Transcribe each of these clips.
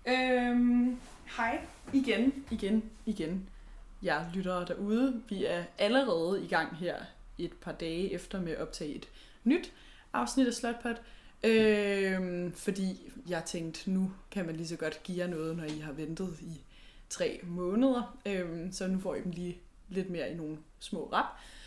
Hej igen. Jeg lytter derude. Vi er allerede i gang her et par dage efter med at optage et nyt afsnit af Slutpot. Fordi jeg tænkte, nu kan man lige så godt give jer noget, når I har ventet i 3 måneder. Så nu får I dem lige lidt mere i nogle små rap.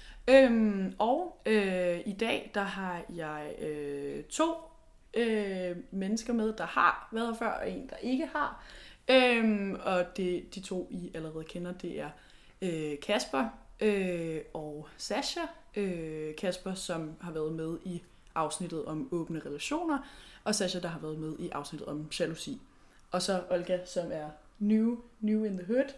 I dag, der har jeg 2 mennesker med, der har været her før, og en, der ikke har. Og de 2, I allerede kender, det er Kasper og Sasha. Kasper, som har været med i afsnittet om åbne relationer, og Sasha, der har været med i afsnittet om jalousi. Og så Olga, som er new in the hood.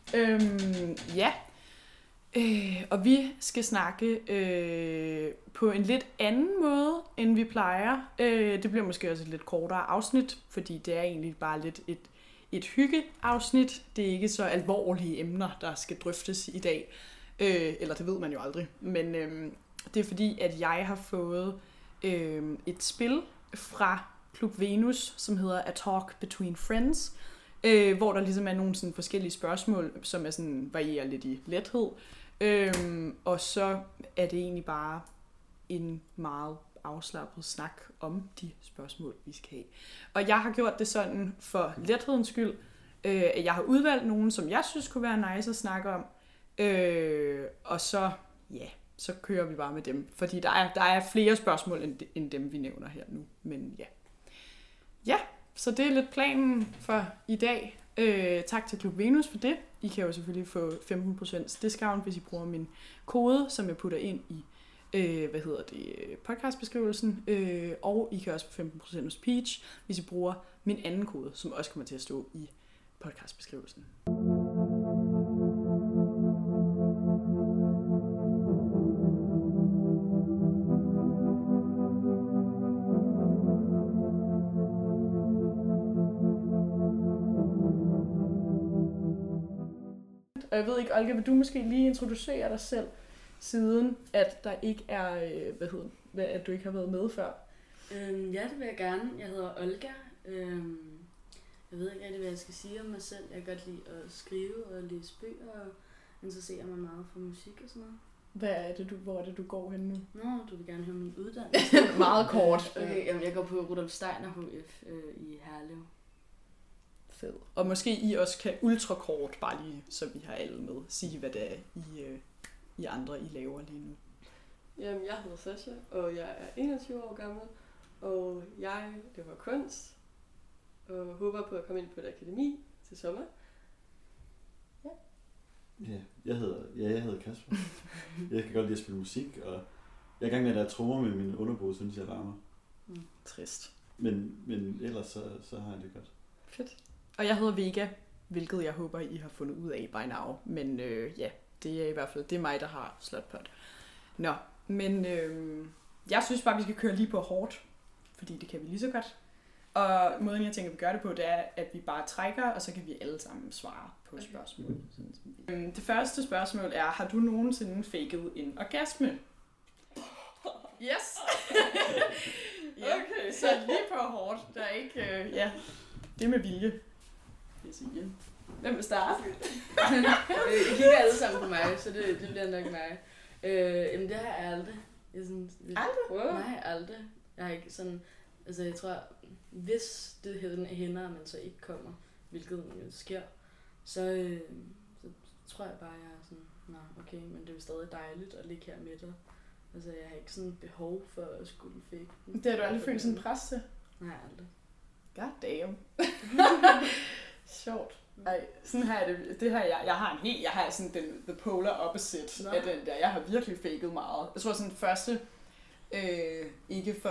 Og vi skal snakke på en lidt anden måde, end vi plejer. Det bliver måske også et lidt kortere afsnit, fordi det er egentlig bare lidt et hyggeafsnit. Det er ikke så alvorlige emner, der skal drøftes i dag. Eller det ved man jo aldrig. Men det er fordi, at jeg har fået et spil fra Klub Venus, som hedder A Talk Between Friends, hvor der ligesom er nogle sådan forskellige spørgsmål, som er sådan, varierer lidt i lethed. Og så er det egentlig bare en meget afslappet snak om de spørgsmål, vi skal have. Og jeg har gjort det sådan for lethedens skyld, at jeg har udvalgt nogen, som jeg synes kunne være nice at snakke om. Og så kører vi bare med dem. Fordi der er flere spørgsmål end dem, vi nævner her nu. Men ja. Ja, så det er lidt planen for i dag. Tak til Klub Venus for det. I kan jo selvfølgelig få 15% discount, hvis I bruger min kode, som jeg putter ind i podcastbeskrivelsen. Og I kan også få 15% hos Peach, hvis I bruger min anden kode, som også kommer til at stå i podcastbeskrivelsen. Og jeg ved ikke, Olga, vil du måske lige introducere dig selv, siden at der ikke er, at du ikke har været med før? Ja, det vil jeg gerne. Jeg hedder Olga. Jeg ved ikke rigtig, hvad jeg skal sige om mig selv. Jeg kan godt lide at skrive og læse bøger og interessere mig meget for musik og sådan noget. Hvor er det, du går hen nu? Nå, du vil gerne høre min uddannelse. Meget kort. Okay, jamen, jeg går på Rudolf Steiner HF i Herlev. Fed. Og måske I også kan ultrakort, bare lige, så vi har alle med, sige, hvad det er, I andre, I laver lige nu. Jamen, jeg hedder Sasha, og jeg er 21 år gammel, og jeg laver kunst, og håber på at komme ind på et akademi til sommer. Ja. Jeg hedder Kasper. Jeg kan godt lide at spille musik, og jeg er i gang med at lære trommer med min underbo, synes jeg larmer. Trist. Men ellers så har jeg det godt. Fedt. Og jeg hedder Vega, hvilket jeg håber, I har fundet ud af by now. Men det er i hvert fald, det er mig, der har Slutpot. Nå, men jeg synes bare, vi skal køre lige på hårdt, fordi det kan vi lige så godt. Og måden, jeg tænker, vi gør det på, det er, at vi bare trækker, og så kan vi alle sammen svare på spørgsmål. Det første spørgsmål er, har du nogensinde faked en orgasme? Yes! Okay, så lige på hårdt. Der er ikke, det er med vilje. Hvem vil starte? I kigger alle sammen på mig, så det bliver nok mig. Jamen, det har jeg aldrig. Aldrig? Nej, aldrig. Jeg har ikke sådan... Altså, jeg tror, hvis det hænder, at man så ikke kommer, hvilket jo sker, så tror jeg bare, jeg er sådan, nej, okay, men det er jo stadig dejligt at ligge her med dig. Altså, jeg har ikke sådan behov for at skulle fake. Det har du aldrig følt sådan en pres til? Nej, aldrig. God damn. Sjovt. Ej, sådan her er det har jeg har sådan the polar opposite af den der. Jeg har virkelig faked meget. Jeg tror sådan første, ikke for,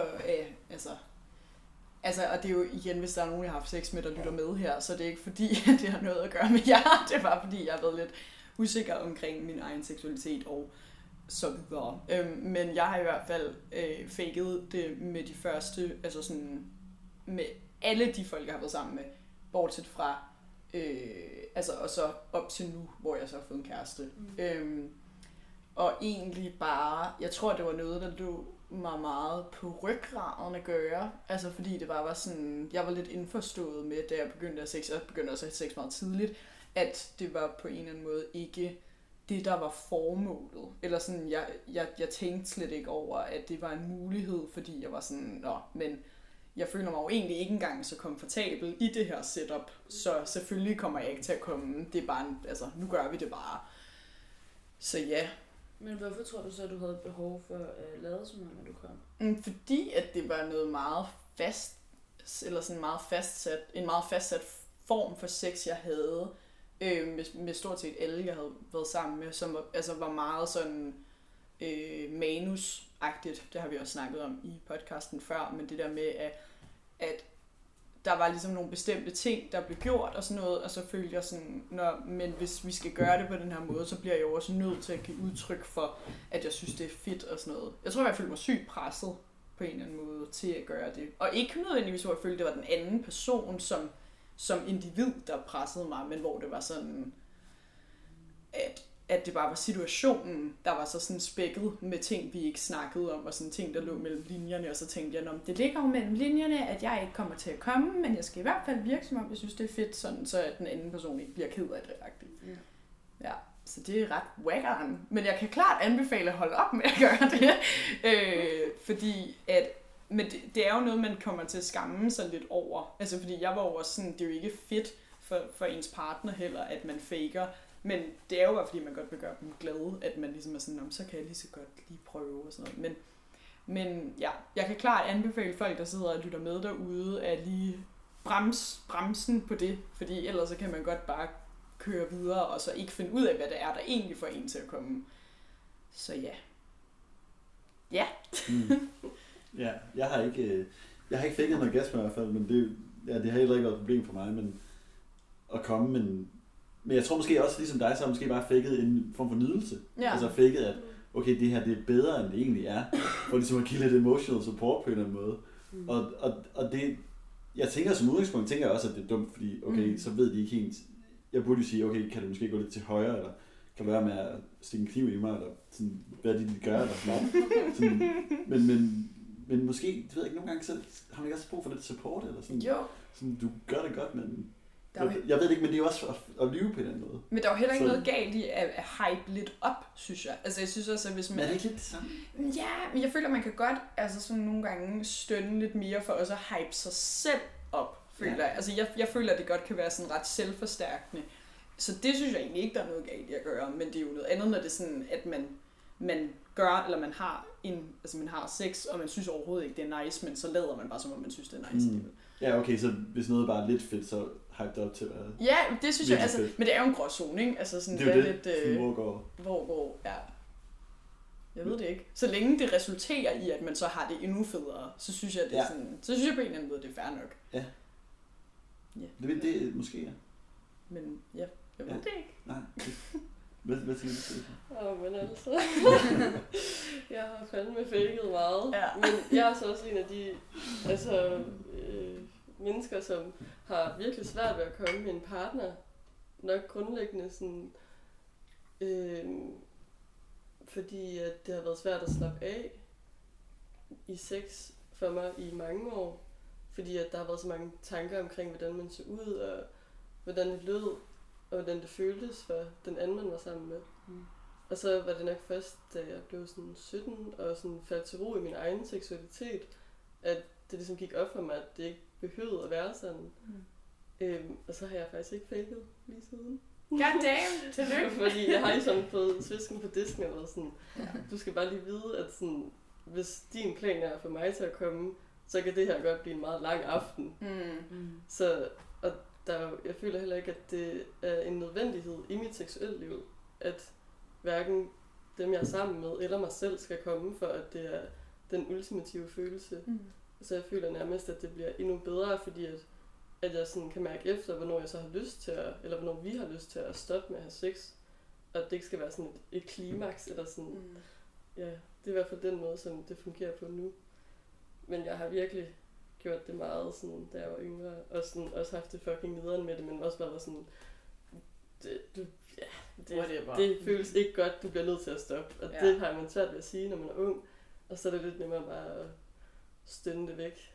og det er jo igen, hvis der er nogen, jeg har haft sex med, der lytter med her, så det er ikke fordi, at det har noget at gøre med jer. Det er bare fordi, jeg har været lidt usikker omkring min egen seksualitet og så videre. Men jeg har i hvert fald faked det med de første, altså sådan med alle de folk, jeg har været sammen med, bortset fra, og så op til nu, hvor jeg så har fået en kæreste. Og egentlig bare, jeg tror, det var noget, der lå mig meget på ryggraden at gøre. Altså fordi det bare var sådan, jeg var lidt indforstået med, da jeg begyndte at sex, og begyndte også at have sex meget tidligt, at det var på en eller anden måde ikke det, der var formålet. Eller sådan, jeg tænkte slet ikke over, at det var en mulighed, fordi jeg var sådan, men jeg føler mig jo egentlig ikke engang så komfortabel i det her setup, så selvfølgelig kommer jeg ikke til at komme. Det er bare, nu gør vi det bare. Så ja. Men hvorfor tror du så, at du havde et behov for at lade som om, at du kom? Fordi at det var noget meget fast, eller sådan en meget fastsat form for sex, jeg havde, med stort set alle, jeg havde været sammen med, som var meget sådan manusagtigt. Det har vi også snakket om i podcasten før, men det der med, at der var ligesom nogle bestemte ting, der blev gjort og sådan noget, og så følte jeg sådan, men hvis vi skal gøre det på den her måde, så bliver jeg jo også nødt til at give udtryk for, at jeg synes, det er fedt og sådan noget. Jeg tror, jeg følte mig sygt presset på en eller anden måde til at gøre det. Og ikke nødvendigvis, hvor jeg følte, det var den anden person, som individ, der pressede mig, men hvor det var sådan, at det bare var situationen, der var så sådan spækket med ting, vi ikke snakkede om, og sådan ting, der lå mellem linjerne, og så tænkte jeg, det ligger jo mellem linjerne, at jeg ikke kommer til at komme, men jeg skal i hvert fald virke som om, jeg synes, det er fedt, sådan, så at den anden person ikke bliver ked af det. Ja, så det er ret wackeren, men jeg kan klart anbefale at holde op med at gøre det, fordi men det er jo noget, man kommer til at skamme sig lidt over, altså fordi jeg var jo også sådan, det er jo ikke fedt for ens partner heller, at man faker. Men det er jo bare, fordi man godt vil gøre dem glade, at man ligesom er sådan, så kan jeg lige så godt lige prøve og sådan noget. Men ja, jeg kan klart anbefale folk, der sidder og lytter med derude, at lige bremsen på det, fordi ellers så kan man godt bare køre videre, og så ikke finde ud af, hvad det er, der egentlig får en til at komme. Så ja. Ja. Ja, jeg har ikke fækket noget gas med i hvert fald, men det har heller ikke været et problem for mig, men at komme, men jeg tror måske også, ligesom dig, så har måske bare fækket en form for nydelse. Ja. Altså fækket, at okay, det her det er bedre, end det egentlig er. For ligesom at give lidt emotional support på en eller anden måde. Og det, jeg tænker som udgangspunkt, tænker jeg også, at det er dumt, fordi okay, så ved de ikke helt. Jeg burde jo sige, okay, kan du måske gå lidt til højre, eller kan du være med at stikke en kniv i mig, eller sådan, hvad de gør, eller sådan. Men måske, det ved jeg ikke, nogle gange så har man ikke også brug for lidt support, eller sådan. Jo. Sådan, du gør det godt, men jeg ved det ikke, men det er jo også at lyve på en eller anden måde. Men der er jo heller ikke noget galt i at hype lidt op, synes jeg. Altså jeg synes også, at hvis man... Men er det ikke lidt det samme? Ja, men jeg føler, man kan godt sådan nogle gange stønne lidt mere for også at hype sig selv op, føler jeg. Altså jeg føler, at det godt kan være sådan ret selvforstærkende. Så det synes jeg egentlig ikke, der er noget galt i at gøre. Men det er jo noget andet, når det er sådan, at man gør, eller man har sex, og man synes overhovedet ikke, det er nice, men så lader man bare, som om man synes, det er nice. Ja, okay, så hvis noget bare er lidt fedt, så hype det op til at være... Ja, det synes jeg, altså, men det er jo en gråzone, ikke? Altså sådan, det er jo det, lidt, hvor går, ja. Jeg ved det ikke. Så længe det resulterer i, at man så har det endnu federe, så synes jeg, det er sådan, så synes jeg på en eller anden måde, det er fair nok. Ja. Det måske, ja. Men ja, jeg ved det ikke. Nej. Hvad siger du? Men altså, jeg har fandme faked meget, men jeg er så også en af de mennesker, som har virkelig svært ved at komme med en partner, nok grundlæggende sådan, fordi at det har været svært at slappe af i sex for mig i mange år, fordi at der har været så mange tanker omkring, hvordan man så ud, og hvordan det lød, og hvordan det føltes for den anden, man var sammen med. Og så var det nok først, da jeg blev sådan 17, og sådan faldt til ro i min egen seksualitet, at det ligesom gik op for mig, at det ikke behøvede at være sådan. Og så har jeg faktisk ikke faket lige siden. God damn, tillykke. Fordi jeg har ligesom fået svisken på disken, og været sådan, du skal bare lige vide, at sådan, hvis din plan er for mig til at komme, så kan det her godt blive en meget lang aften. Så, og jeg føler heller ikke, at det er en nødvendighed i mit seksuelle liv, at hverken dem, jeg er sammen med, eller mig selv skal komme, for at det er den ultimative følelse. Så jeg føler nærmest, at det bliver endnu bedre, fordi at jeg sådan kan mærke efter, hvornår jeg så har lyst til at, eller hvornår vi har lyst til at stoppe med at have sex. Og at det ikke skal være sådan et klimaks, eller sådan. Ja, det er i hvert fald den måde, som det fungerer på nu. Men jeg har virkelig gjort det meget, sådan, da jeg var yngre, og sådan, også haft det fucking nederen med det, men også bare sådan, det føles ikke godt, du bliver nødt til at stoppe. Og det har man svært ved at sige, når man er ung. Og så er det lidt nemmere bare at stønne det væk.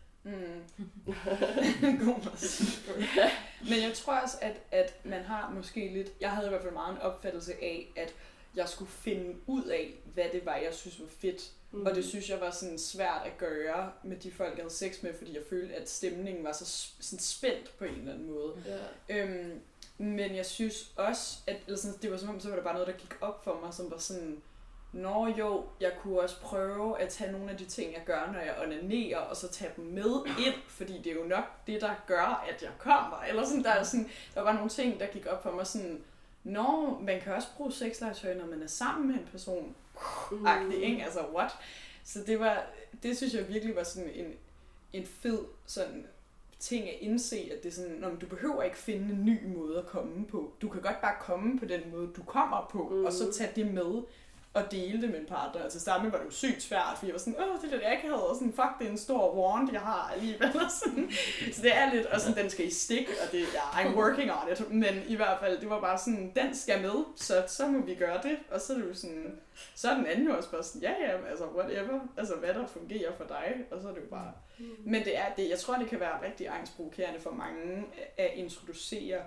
Men jeg tror også, at man har måske lidt... Jeg havde i hvert fald meget en opfattelse af, at jeg skulle finde ud af, hvad det var, jeg synes var fedt. Og det synes jeg var sådan svært at gøre med de folk, jeg havde sex med, fordi jeg følte, at stemningen var så sådan spændt på en eller anden måde. Ja. Men jeg synes også, at eller sådan, det var som om, så var der bare noget, der gik op for mig, som var sådan, nå jo, jeg kunne også prøve at tage nogle af de ting, jeg gør, når jeg onanerer, og så tage dem med ind, fordi det er jo nok det, der gør, at jeg kommer. Eller sådan, der var nogle ting, der gik op for mig sådan, nå, man kan også bruge sexlegetøj, når man er sammen med en person. Ikke? Altså, what? Så det synes jeg virkelig var sådan en fed sådan ting at indse, at det er sådan, du behøver ikke finde en ny måde at komme på. Du kan godt bare komme på den måde, du kommer på, og så tage det med og dele det med en partner. Altså starten var det jo sygt svært, fordi jeg var sådan, det er lidt akavet, og sådan, fuck, det er en stor wand, jeg har alligevel. Sådan. Så det er lidt, og sådan, den skal i stik, og det I'm working on it. Men i hvert fald, det var bare sådan, den skal med, så må vi gøre det. Og så er det jo sådan, så er den anden jo også bare sådan, ja, altså whatever, altså hvad der fungerer for dig, og så er det jo bare. Men jeg tror, det kan være rigtig angstprovokerende for mange at introducere,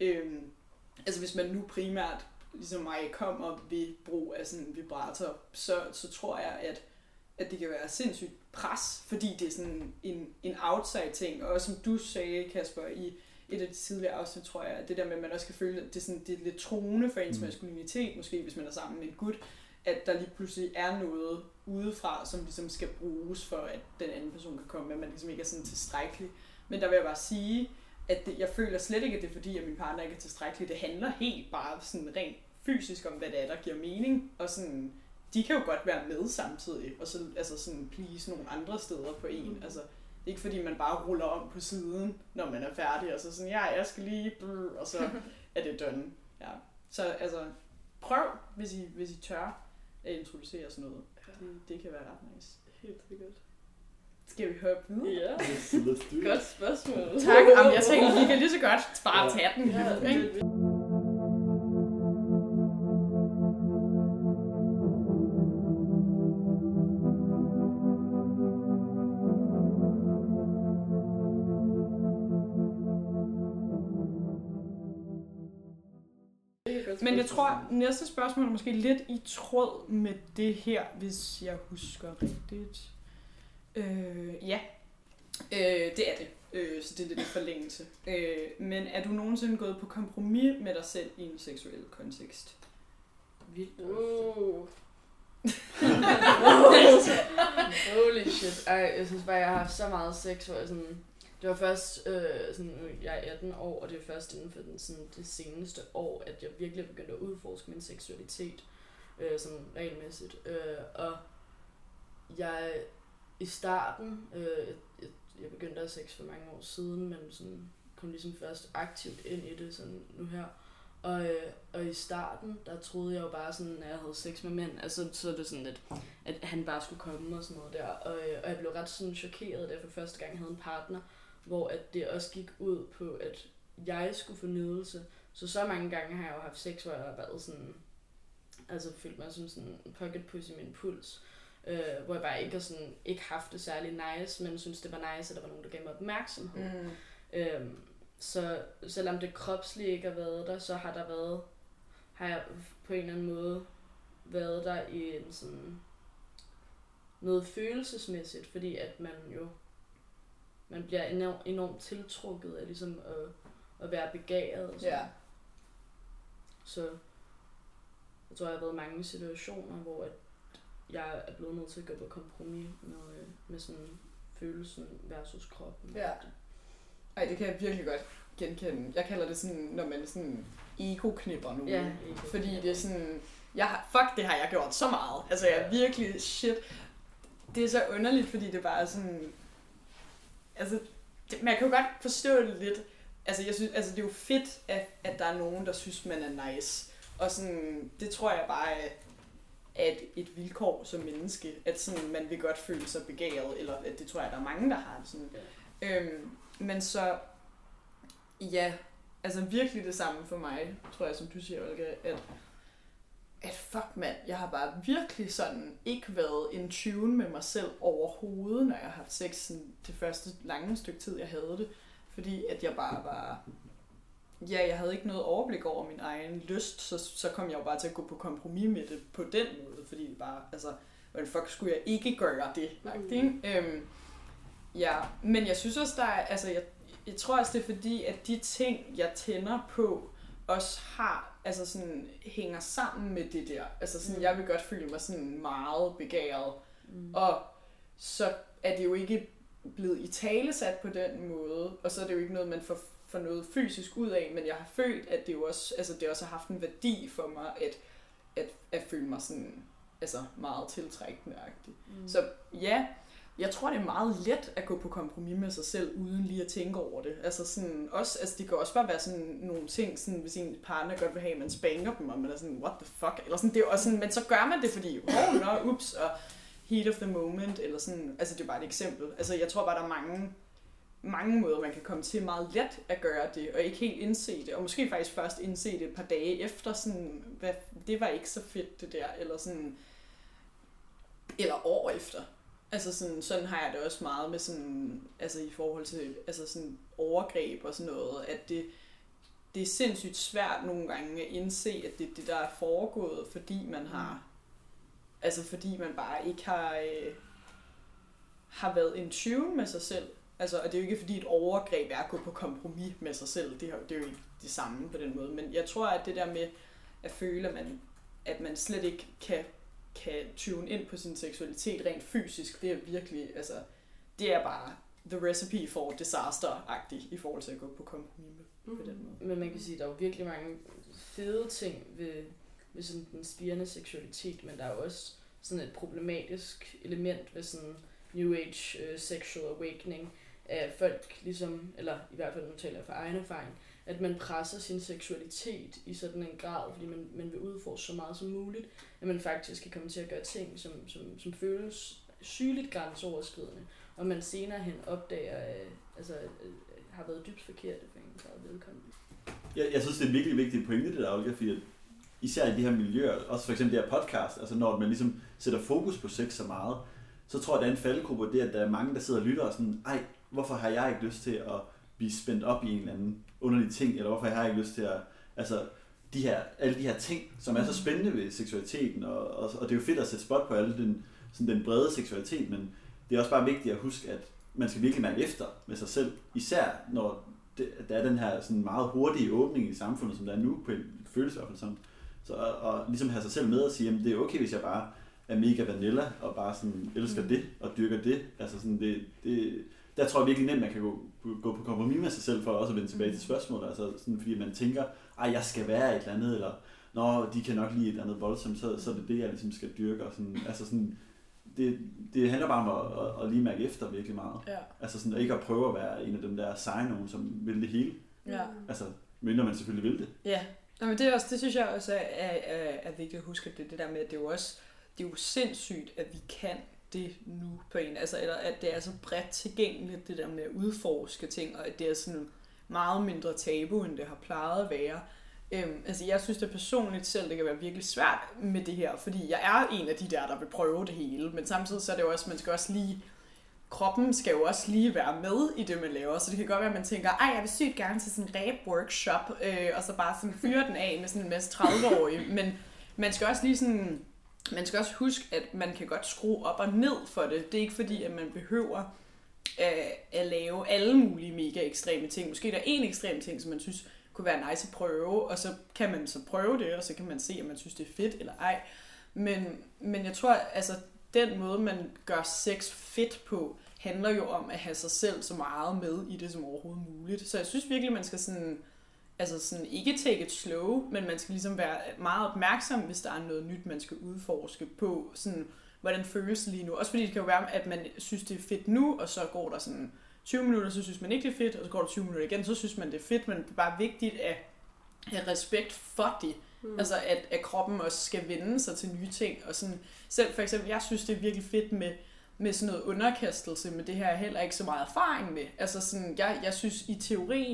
altså hvis man nu primært ligesom mig kommer ved brug af sådan en vibrator, så tror jeg, at det kan være sindssygt pres, fordi det er sådan en outside ting, og som du sagde, Kasper, i et af de tidligere afsnit, tror jeg, at det der med, at man også kan føle, at det er lidt truende for ens maskulinitet, måske hvis man er sammen med en gut, at der lige pludselig er noget udefra, som ligesom skal bruges for, at den anden person kan komme, at man ligesom ikke er sådan tilstrækkelig. Men der vil jeg bare sige, at jeg føler slet ikke, at det er fordi, at min partner ikke er tilstrækkelig. Det handler helt bare sådan rent fysisk om, hvad det er, der giver mening. Og sådan, de kan jo godt være med samtidig, og så altså sådan please nogle andre steder på en. Altså, det er ikke fordi, man bare ruller om på siden, når man er færdig, og så sådan, ja, jeg skal lige, og så er det done. Ja. Så altså, prøv, hvis I tør at introducere sådan noget. Det kan være ret nice. Helt sikkert. Skal vi hoppe videre? Ja, godt spørgsmål. Tak. Jamen, jeg tænker, vi kan lige så godt bare tage den. Ikke? Men jeg tror, næste spørgsmål er måske lidt i tråd med det her, hvis jeg husker rigtigt. Det er det. Så det er lidt en forlængelse. Men er du nogensinde gået på kompromis med dig selv i en seksuel kontekst? Vildt. Holy shit. Jeg synes bare, jeg har haft så meget sex, hvor jeg sådan... Det var først, sådan, jeg er 18 år, og det er først inden for det seneste år, at jeg virkelig begyndte at udforske min seksualitet sådan regelmæssigt. Og jeg i starten, jeg begyndte at have sex for mange år siden, men sådan kom ligesom først aktivt ind i det sådan nu her. Og i starten, der troede jeg jo bare sådan, når jeg havde sex med mænd, altså så er det sådan lidt, at han bare skulle komme og sådan noget der. Og jeg blev ret sådan chokeret, da jeg for første gang havde en partner, hvor at det også gik ud på, at jeg skulle få nydelse. Så mange gange har jeg jo haft sex, hvor jeg har været sådan, altså følt mig som sådan en pocket pussy i min puls. Hvor jeg bare ikke haft det særlig nice, men synes det var nice, at der var nogen, der gav mig opmærksomhed. Så selvom det kropslige ikke har været der, så har jeg på en eller anden måde været der i en sådan noget følelsesmæssigt, fordi at man bliver enormt tiltrukket af ligesom at være begavet og sådan. Yeah. Så jeg tror, jeg har været i mange situationer, hvor jeg er blevet nødt til at gå på kompromis med sådan følelsen versus kroppen. Ja. Ej, det kan jeg virkelig godt genkende. Jeg kalder det sådan, når man sådan ego-knipper nu. Ja, fordi det er sådan, fuck, det har jeg gjort så meget. Altså, jeg er virkelig shit. Det er så underligt, fordi det bare er sådan, altså, man kan jo godt forstå det lidt. Altså, jeg synes, altså, det er jo fedt, at der er nogen, der synes, man er nice. Og sådan, det tror jeg bare er et vilkår som menneske, at sådan, man vil godt føle sig begavet, eller at det tror jeg, der er mange, der har det sådan. Ja. Men så, ja, altså virkelig det samme for mig, tror jeg, som du siger, Olga, at at fuck mand, jeg har bare virkelig sådan ikke været in tune med mig selv overhovedet, når jeg har haft sex sådan, det første lange stykke tid, jeg havde det. Fordi at jeg bare var... Ja, jeg havde ikke noget overblik over min egen lyst, så kom jeg jo bare til at gå på kompromis med det på den måde, fordi det bare, altså, hvordan fuck skulle jeg ikke gøre det? Ja, men jeg synes også, der er, altså, jeg tror også, det er fordi, at de ting, jeg tænder på, også har, altså sådan, hænger sammen med det der. Altså sådan, jeg vil godt føle mig sådan meget begæret, og så er det jo ikke blevet italesat på den måde, og så er det jo ikke noget, man får noget fysisk ud af, men jeg har følt, at det jo også, altså det også har haft en værdi for mig, at føle mig sådan, altså meget tiltrækkende-agtig. Så ja, jeg tror, det er meget let at gå på kompromis med sig selv, uden lige at tænke over det. Altså sådan, også, altså det kan også bare være sådan nogle ting, sådan, hvis en partner godt vil have, at man spanker dem, og man er sådan, what the fuck? Eller sådan, det er også sådan, men så gør man det, fordi, ups, og heat of the moment, eller sådan, altså det er bare et eksempel. Altså jeg tror bare, der er mange måder, man kan komme til meget let at gøre det, og ikke helt indse det, og måske faktisk først indse det et par dage efter, sådan, det var ikke så fedt det der, eller sådan, eller år efter. Altså sådan har jeg det også meget med sådan, altså i forhold til altså sådan overgreb og sådan noget, at det er sindssygt svært nogle gange at indse, at det er det, der er foregået, fordi man har, altså fordi man bare ikke har været in tune med sig selv. Altså, og det er jo ikke fordi et overgreb er at gå på kompromis med sig selv, det er jo ikke det samme på den måde, men jeg tror, at det der med at føle, at man slet ikke kan tune ind på sin seksualitet rent fysisk, det er virkelig, altså, det er bare the recipe for disaster-agtigt i forhold til at gå på kompromis på den måde. Men man kan sige, at der er jo virkelig mange fede ting ved sådan den spirende seksualitet, men der er jo også sådan et problematisk element ved sådan New Age sexual awakening, at folk ligesom, eller i hvert fald nu taler jeg fra egen erfaring, at man presser sin seksualitet i sådan en grad, fordi man vil udforske så meget som muligt, at man faktisk kan komme til at gøre ting, som føles sygeligt grænseoverskridende, og man senere hen opdager, har været dybt forkerte for en grad vedkommende. Jeg synes, det er en virkelig vigtig pointe, det der, Olga, fordi især i de her miljøer, også for eksempel det her podcast, altså når man ligesom sætter fokus på sex så meget, så tror jeg, der er en faldgruppe, det at der er mange, der sidder og lytter og sådan, hvorfor har jeg ikke lyst til at blive spændt op i en eller anden underlig ting, eller hvorfor har jeg ikke lyst til at, altså alle de her ting, som er så spændende ved seksualiteten, og det er jo fedt at sætte spot på alle den brede seksualitet, men det er også bare vigtigt at huske, at man skal virkelig mærke efter med sig selv, især når der er den her sådan meget hurtige åbning i samfundet, som der er nu, på en følelse i hvert fald sådan. Så og ligesom have sig selv med og sige, at det er okay, hvis jeg bare er mega vanilla, og bare sådan elsker det, og dyrker det. Altså sådan der tror jeg virkelig nemt, man kan gå på kompromis med sig selv, for også at vende tilbage til spørgsmålet. Altså sådan, fordi man tænker, jeg skal være et eller andet, eller de kan nok lide et eller andet voldsomt, så er det jeg ligesom skal dyrke. Og sådan, altså sådan, det handler bare om at lige mærke efter virkelig meget. Ja. Altså sådan, ikke at prøve at være en af dem der seje nogen, som vil det hele. Ja. Altså, mindre man selvfølgelig vil det. Ja, men det synes jeg også er vigtigt at huske, det der med, at det er jo sindssygt, at vi kan det nu på en, altså, eller at det er så bredt tilgængeligt, det der med at udforske ting, og at det er sådan meget mindre tabu, end det har plejet at være. Altså jeg synes det personligt selv, det kan være virkelig svært med det her, fordi jeg er en af de der vil prøve det hele, men samtidig så er det jo også, man skal også lige, kroppen skal jo også lige være med i det, man laver, så det kan godt være, at man tænker, jeg vil sygt gerne til sådan en ræb-workshop, og så bare sådan fyre den af med sådan en masse 30-årige, men man skal også lige sådan, man skal også huske, at man kan godt skrue op og ned for det. Det er ikke fordi, at man behøver at lave alle mulige mega ekstreme ting. Måske der er en ekstrem ting, som man synes kunne være nice at prøve, og så kan man så prøve det, og så kan man se, om man synes, det er fedt eller ej. Men jeg tror, altså den måde, man gør sex fedt på, handler jo om at have sig selv så meget med i det som overhovedet muligt. Så jeg synes virkelig, man skal sådan, altså sådan ikke take it slow, men man skal ligesom være meget opmærksom, hvis der er noget nyt, man skal udforske på, sådan, hvordan føles det lige nu. Også fordi det kan jo være, at man synes, det er fedt nu, og så går der sådan 20 minutter, så synes man ikke, det er fedt, og så går der 20 minutter igen, så synes man, det er fedt, men det er bare vigtigt at have respekt for det. Altså, at kroppen også skal vende sig til nye ting, og sådan, selv for eksempel, jeg synes, det er virkelig fedt med sådan noget underkastelse, men det her er heller ikke så meget erfaring med. Altså sådan, jeg synes i teorien,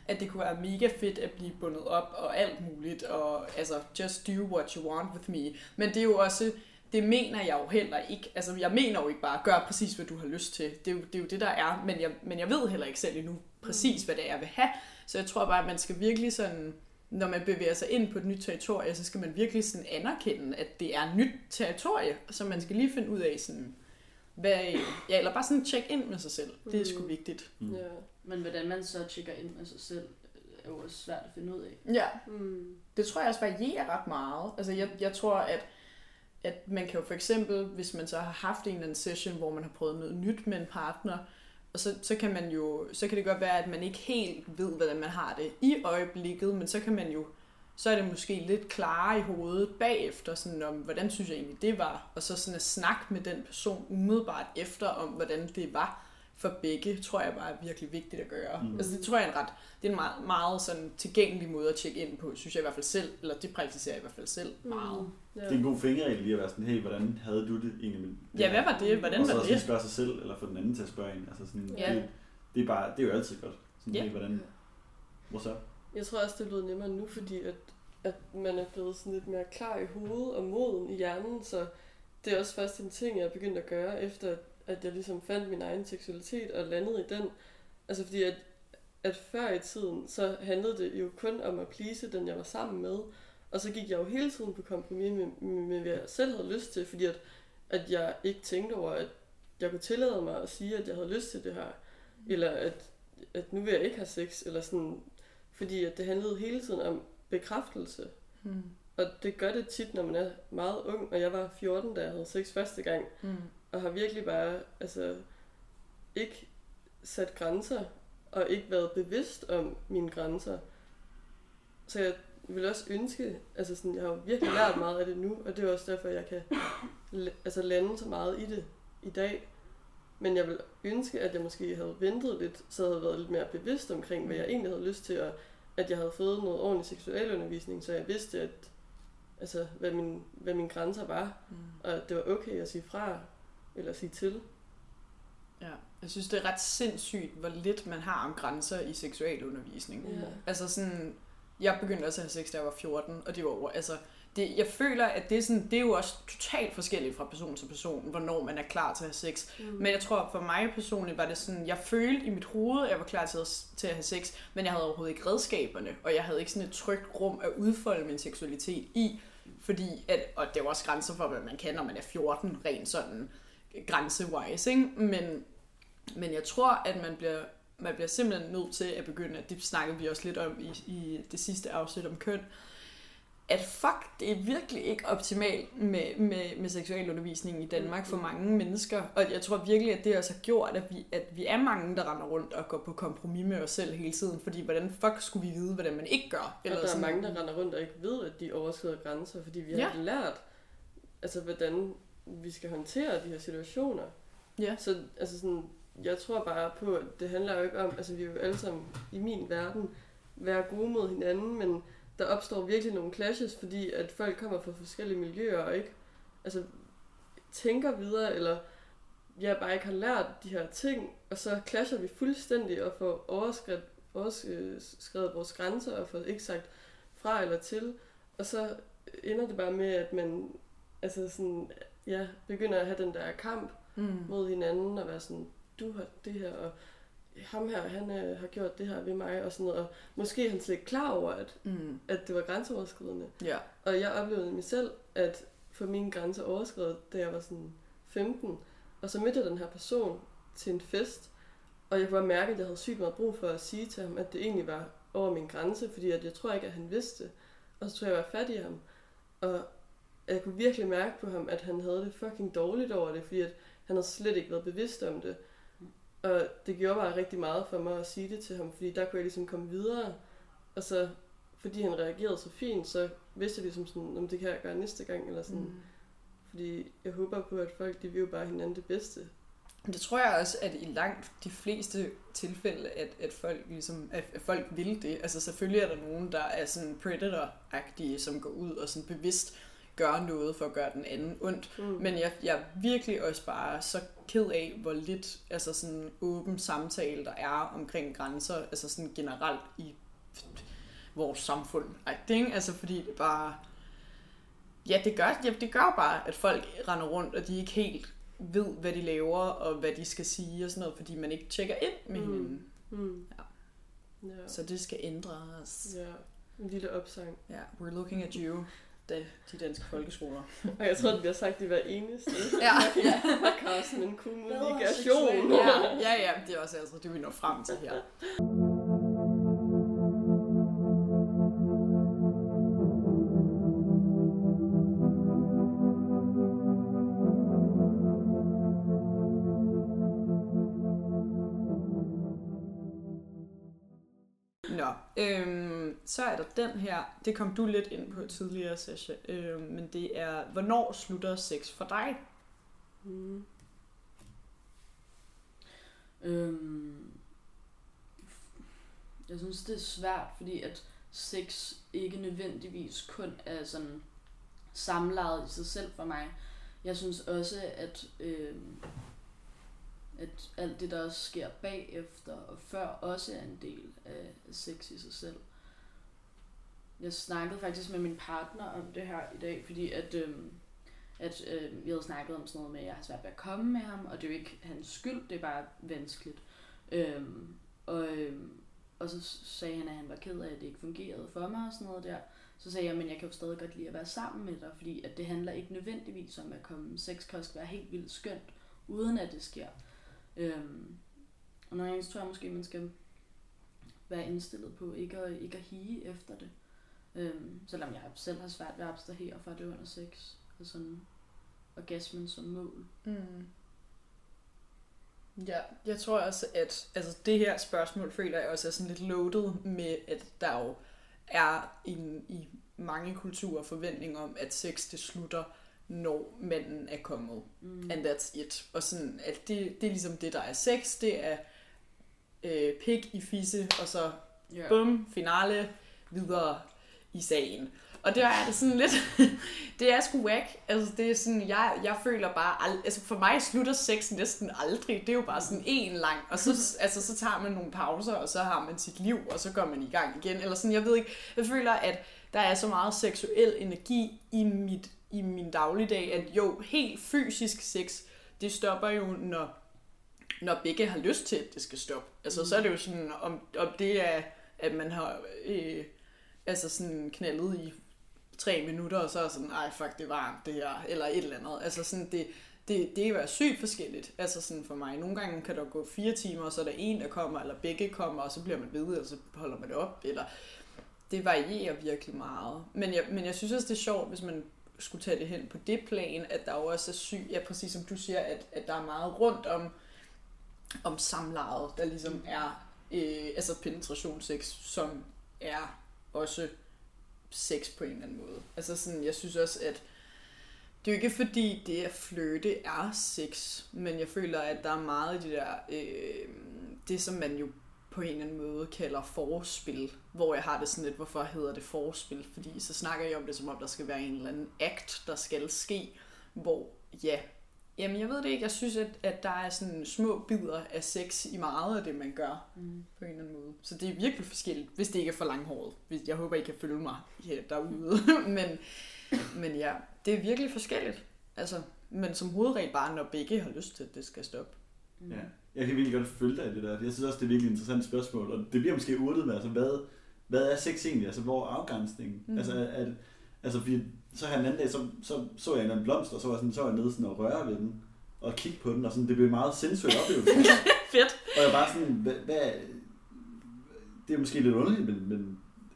at det kunne være mega fedt at blive bundet op og alt muligt, og altså, just do what you want with me. Men det er jo også, det mener jeg jo heller ikke. Altså, jeg mener jo ikke bare, gør præcis, hvad du har lyst til. Det er jo det, der er. Men jeg ved heller ikke selv endnu præcis, hvad det er, jeg vil have. Så jeg tror bare, at man skal virkelig sådan, når man bevæger sig ind på et nyt territorie, så skal man virkelig sådan anerkende, at det er et nyt territorie. Så man skal lige finde ud af sådan, eller bare sådan tjekke ind med sig selv. Det er sgu vigtigt. Ja. Men hvordan man så tjekker ind med sig selv, er jo også svært at finde ud af. Ja, det tror jeg også varierer ret meget. Altså jeg tror, at man kan jo for eksempel, hvis man så har haft en eller anden session, hvor man har prøvet noget nyt med en partner, og så kan det godt være, at man ikke helt ved, hvordan man har det i øjeblikket, men så er det måske lidt klarere i hovedet bagefter, sådan om, hvordan synes jeg egentlig det var, og så sådan at snakke med den person umiddelbart efter, om hvordan det var for begge, tror jeg bare er virkelig vigtigt at gøre. Altså det tror jeg det er en meget, meget sådan tilgængelig måde at tjekke ind på, synes jeg i hvert fald selv, eller det praktiserer jeg i hvert fald selv meget. Ja. Det er en god fingerregel lige at være sådan, hey, hvordan havde du det egentlig med det? Ja, hvad var det? Hvordan var det? Og så spørge sig selv, eller få den anden til at spørge en. Altså sådan, det er jo altid godt. Sådan, hey, hvordan, hvor så? Jeg tror også, det er blevet nemmere nu, fordi at man er blevet sådan lidt mere klar i hovedet og moden i hjernen, så det er også først en ting, jeg er begyndt at gøre, efter at jeg ligesom fandt min egen seksualitet og landede i den. Altså fordi at før i tiden, så handlede det jo kun om at please den, jeg var sammen med. Og så gik jeg jo hele tiden på kompromis med hvad jeg selv havde lyst til, fordi at jeg ikke tænkte over, at jeg kunne tillade mig at sige, at jeg havde lyst til det her. Eller at nu vil jeg ikke have sex, eller sådan. Fordi at det handlede hele tiden om bekræftelse. Og det gør det tit, når man er meget ung, og jeg var 14, da jeg havde sex første gang. Og har virkelig bare ikke sat grænser, og ikke været bevidst om mine grænser. Så jeg vil også ønske, altså sådan, jeg har virkelig lært meget af det nu, og det er også derfor, jeg kan lande så meget i det i dag. Men jeg vil ønske, at jeg måske havde ventet lidt, så havde jeg været lidt mere bevidst omkring, hvad jeg egentlig havde lyst til, og at jeg havde fået noget ordentlig seksualundervisning, så jeg vidste, hvad mine grænser var, og at det var okay at sige fra, eller sige til. Ja, jeg synes, det er ret sindssygt, hvor lidt man har om grænser i seksualundervisning. Ja. Altså sådan, jeg begyndte også at have sex, da jeg var 14, og det var over, altså, jeg føler, at det er jo også totalt forskelligt fra person til person, hvornår man er klar til at have sex. Men jeg tror, for mig personligt var det sådan, jeg følte i mit hoved, at jeg var klar til at have sex, men jeg havde overhovedet ikke redskaberne, og jeg havde ikke sådan et trygt rum at udfolde min seksualitet i, fordi, og det er også grænser for, hvad man kan, når man er 14, rent sådan grænse-wise, ikke? Men jeg tror, at man bliver simpelthen nødt til at begynde, at det snakkede vi også lidt om i det sidste afsnit om køn, at det er virkelig ikke optimalt med seksualundervisning i Danmark for mange mennesker. Og jeg tror virkelig, at det også har gjort, at vi er mange, der render rundt og går på kompromis med os selv hele tiden. Fordi hvordan skulle vi vide, hvordan man ikke gør? Eller og der er mange, der render rundt og ikke ved, at de overskrider grænser, fordi vi har lært, altså hvordan vi skal håndtere de her situationer. Ja. Så altså sådan, jeg tror bare på, at det handler jo ikke om, altså vi er jo alle sammen i min verden være gode mod hinanden, men der opstår virkelig nogle clashes, fordi at folk kommer fra forskellige miljøer og ikke tænker videre, eller jeg bare ikke har lært de her ting, og så clasher vi fuldstændig og får overskrevet vores grænser og får ikke sagt fra eller til, og så ender det bare med, at man begynder at have den der kamp mod hinanden og være sådan, du har det her, og ham her, han har gjort det her ved mig, og sådan noget, og måske er han slet ikke klar over, at det var grænseoverskridende. Ja. Og jeg oplevede mig selv, at få mine grænser overskredet, da jeg var sådan 15, og så mødte jeg den her person til en fest, og jeg kunne bare mærke, at jeg havde sygt meget brug for at sige til ham, at det egentlig var over min grænse, fordi at jeg tror ikke, at han vidste, og så tror jeg var fat i ham, og jeg kunne virkelig mærke på ham, at han havde det fucking dårligt over det, fordi at han havde slet ikke været bevidst om det. Og det gjorde bare rigtig meget for mig at sige det til ham, fordi der kunne jeg ligesom komme videre. Og så, fordi han reagerede så fint, så vidste jeg ligesom sådan, om det kan jeg gøre næste gang, eller sådan. Fordi jeg håber på, at folk, de vil jo bare hinanden det bedste. Det tror jeg også, at i langt de fleste tilfælde, at folk ligesom, at folk vil det. Altså selvfølgelig er der nogen, der er sådan predator-agtige, som går ud og sådan bevidst gør noget for at gøre den anden ondt. Men jeg er virkelig også bare så ked af, hvor lidt altså sådan åben samtale der er omkring grænser, altså sådan generelt i vores samfund. Altså fordi det bare... Ja, det gør bare, at folk render rundt, og de ikke helt ved, hvad de laver, og hvad de skal sige og sådan noget, fordi man ikke tjekker ind med hinanden. Ja. Så det skal ændres. Ja, en lille opsang. Ja, we're looking at you, de danske folkeskoler. Og jeg tror, det bliver sagt i hver eneste podcast, men kommunikation. Ja, det er også altså det, vi når frem til her. Så er der den her, det kom du lidt ind på tidligere, Sasha, men det er, hvornår slutter sex for dig? Jeg synes, det er svært, fordi at sex ikke nødvendigvis kun er sådan samlejet i sig selv for mig. Jeg synes også, at alt det, der også sker bagefter og før, også er en del af sex i sig selv. Jeg snakkede faktisk med min partner om det her i dag, fordi at vi havde snakket om sådan noget med, at jeg har svært ved at komme med ham, og det er jo ikke hans skyld, det er bare vanskeligt. Og så sagde han, at han var ked af, at det ikke fungerede for mig og sådan noget der. Så sagde jeg, men jeg kan jo stadig godt lide at være sammen med dig, fordi at det handler ikke nødvendigvis om at komme. Sex kan også være helt vildt skønt, uden at det sker. Og nogle gange tror jeg måske, man skal være indstillet på ikke at hige efter det. Selvom jeg selv har svært ved at abstrahere fra det under sex. Og sådan orgasmen som mål. Ja, jeg tror også, at altså det her spørgsmål føler jeg også er sådan lidt loaded med, at der jo er i mange kulturer forventning om, at sex det slutter, når manden er kommet. And that's it. Og sådan, at det er ligesom det, der er sex. Det er pik i fisse, og så bum, finale, videre i sagen. Og der er det sådan lidt, det er sgu whack. Altså det er sådan, jeg føler bare, altså for mig slutter sex næsten aldrig. Det er jo bare sådan en lang, og så, altså, så tager man nogle pauser, og så har man sit liv, og så går man i gang igen. Eller sådan, jeg ved ikke, jeg føler, at der er så meget seksuel energi i min dagligdag, at jo, helt fysisk sex, det stopper jo, når begge har lyst til, at det skal stoppe. Altså så er det jo sådan, om det er, at man har altså sådan knaldet i 3 minutter, og så er sådan, ej fuck, det er varmt det her, eller et eller andet. Altså sådan, det er jo sygt forskelligt. Altså sådan for mig, nogle gange kan der gå 4 timer, og så er der en, der kommer, eller begge kommer, og så bliver man ved, og så holder man det op, eller det varierer virkelig meget. Men jeg synes også, det er sjovt, hvis man skulle tage det hen på det plan, at der jo også er sygt, ja, præcis som du siger, at der er meget rundt om samlejet, der ligesom er altså penetrationssex, som er også sex på en eller anden måde. Altså sådan, jeg synes også, at det er jo ikke fordi, det at flirte er sex, men jeg føler, at der er meget af det der, det som man jo på en eller anden måde kalder forspil, hvor jeg har det sådan lidt, hvorfor hedder det forspil? Fordi så snakker jeg om det, som om der skal være en eller anden akt, der skal ske, hvor jamen jeg ved det ikke, jeg synes, at der er sådan små bidder af sex i meget af det, man gør på en eller anden måde. Så det er virkelig forskelligt, hvis det ikke er for langhåret. Jeg håber, I kan følge mig derude. men ja, det er virkelig forskelligt. Altså, men som hovedregel bare, når begge har lyst til, at det skal stoppe. Ja, jeg kan virkelig godt følge dig i det der. Jeg synes også, det er virkelig interessant spørgsmål, og det bliver måske urtet med, altså hvad er sex egentlig? Altså, hvor er afgrænsningen? Altså, fordi så her en anden dag, så jeg en anden blomst, og så var jeg nede sådan og røre ved den, og kigge på den, og sådan, det blev en meget sensuel oplevelse. Fedt! Og jeg bare sådan, hvad det er måske lidt underligt, men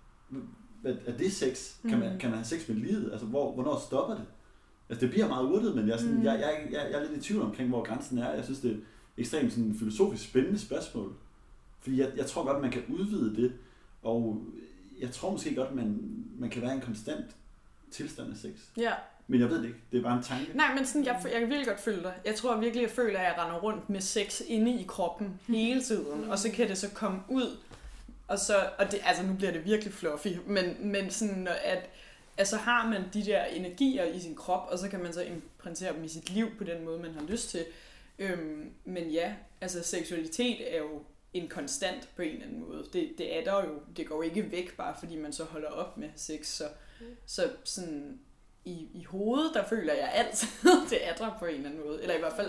er det sex? Kan man have sex med livet? Altså, hvornår stopper det? Altså, det bliver meget urtet, men jeg er lidt i tvivl omkring, hvor grænsen er. Jeg synes, det er ekstremt sådan filosofisk spændende spørgsmål. Fordi jeg tror godt, man kan udvide det, og jeg tror måske godt, man kan være en konstant tilstand af sex. Ja. Men jeg ved det ikke. Det er bare en tanke. Nej, men sådan, jeg kan virkelig godt følge dig. Jeg tror virkelig, jeg føler, at jeg render rundt med sex inde i kroppen hele tiden. Og så kan det så komme ud. Og det, altså nu bliver det virkelig fluffy. Men sådan, altså har man de der energier i sin krop, og så kan man så imprintere dem i sit liv på den måde, man har lyst til. Men ja, altså seksualitet er jo en konstant på en eller anden måde. Det er der jo. Det går ikke væk, bare fordi man så holder op med sex. Så sådan i hovedet, der føler jeg altid, det er der på en eller anden måde. Eller i hvert fald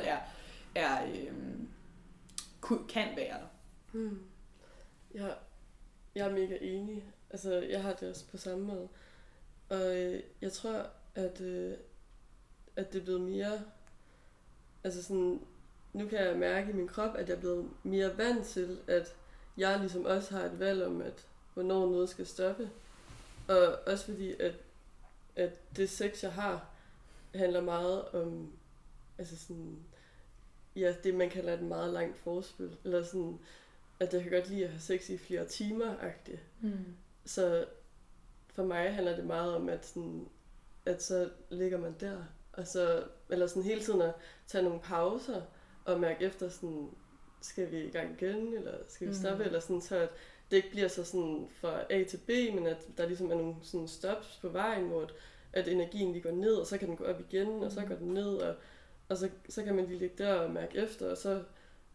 kan være der. Jeg er mega enig. Altså, jeg har det også på samme måde. Og jeg tror, at det er blevet mere... Altså sådan... Nu kan jeg mærke i min krop, at jeg er blevet mere vant til, at jeg ligesom også har et valg om, at hvornår noget skal stoppe. Og også fordi, at det sex, jeg har, handler meget om... Altså sådan... Ja, det man kalder et meget langt forspil. Eller sådan... At jeg kan godt lide at have sex i flere timer-agtigt. Så for mig handler det meget om, at så ligger man der. Og så, eller sådan hele tiden at tage nogle pauser og mærke efter, sådan, skal vi i gang igen, eller skal vi stoppe, eller sådan, så at det ikke bliver så sådan fra A til B, men at der ligesom er nogle sådan stops på vejen, hvor at energien lige går ned, og så kan den gå op igen, og så går den ned, og så kan man lige ligge der og mærke efter, og så